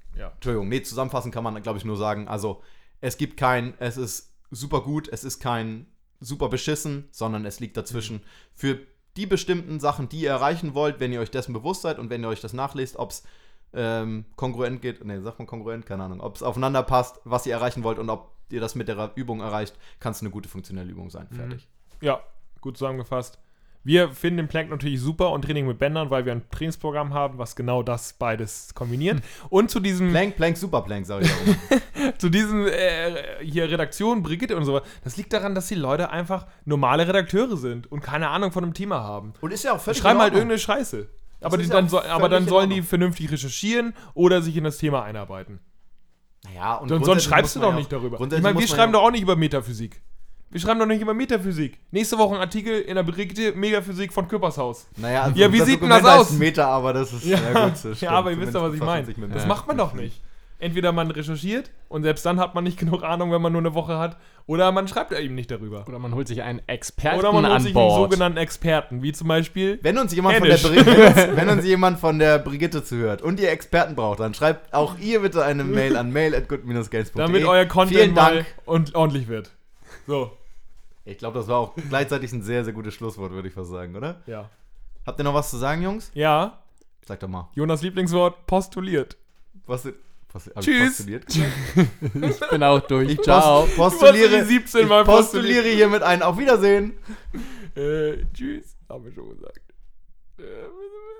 Entschuldigung, zusammenfassend kann man, glaube ich, nur sagen, also es ist super gut, es ist kein super beschissen, sondern es liegt dazwischen für die bestimmten Sachen, die ihr erreichen wollt, wenn ihr euch dessen bewusst seid und wenn ihr euch das nachlest, ob es kongruent geht, sagt man kongruent? Keine Ahnung, ob es aufeinander passt, was ihr erreichen wollt und ob ihr das mit der Übung erreicht, kann es eine gute funktionelle Übung sein. Fertig. Ja, gut zusammengefasst. Wir finden den Plank natürlich super und Training mit Bändern, weil wir ein Trainingsprogramm haben, was genau das beides kombiniert. Und zu diesem Plank, super Plank, sage ich auch. zu diesem hier Redaktion, Brigitte und so, das liegt daran, dass die Leute einfach normale Redakteure sind und keine Ahnung von dem Thema haben. Und ist ja auch völlig schreiben in halt Ordnung. irgendeine Scheiße. Das Aber ist dann völlig sollen in die Ordnung. vernünftig recherchieren oder sich in das Thema einarbeiten. Naja, und Sonst grundsätzlich schreibst du muss man doch ja nicht darüber. Ich grundsätzlich meine, wir muss man schreiben ja doch auch nicht über Metaphysik. Wir schreiben doch nicht über Metaphysik. Nächste Woche ein Artikel in der Brigitte Megaphysik von Küppershaus. Naja, also Ja, wie das sieht denn Dokument das heißt aus? ein Meter, aber das ist gut. Das stimmt. Ja, aber ihr wisst doch, was ich meine. Zumindest Das versteht sich macht man doch nicht. Entweder man recherchiert und selbst dann hat man nicht genug Ahnung, wenn man nur eine Woche hat, oder man schreibt eben nicht darüber. Oder man holt sich einen Experten Oder man holt an sich einen Bord. sogenannten Experten, wie zum Beispiel Wenn uns jemand von der Brigitte zuhört und ihr Experten braucht, dann schreibt auch ihr bitte eine Mail an mail@good-games.de. damit euer Content Vielen mal Dank. und ordentlich wird. So, Ich glaube, das war auch gleichzeitig ein sehr, sehr gutes Schlusswort, würde ich fast sagen, oder? ja. Habt ihr noch was zu sagen, Jungs? Ja, Sag doch mal. Jonas Lieblingswort, postuliert. Hab ich Tschüss. postuliert? Ich bin auch durch. Ich Ciao. postuliere, Du hast die 17 Mal ich postuliere hiermit ein Auf Wiedersehen. Tschüss, haben wir schon gesagt.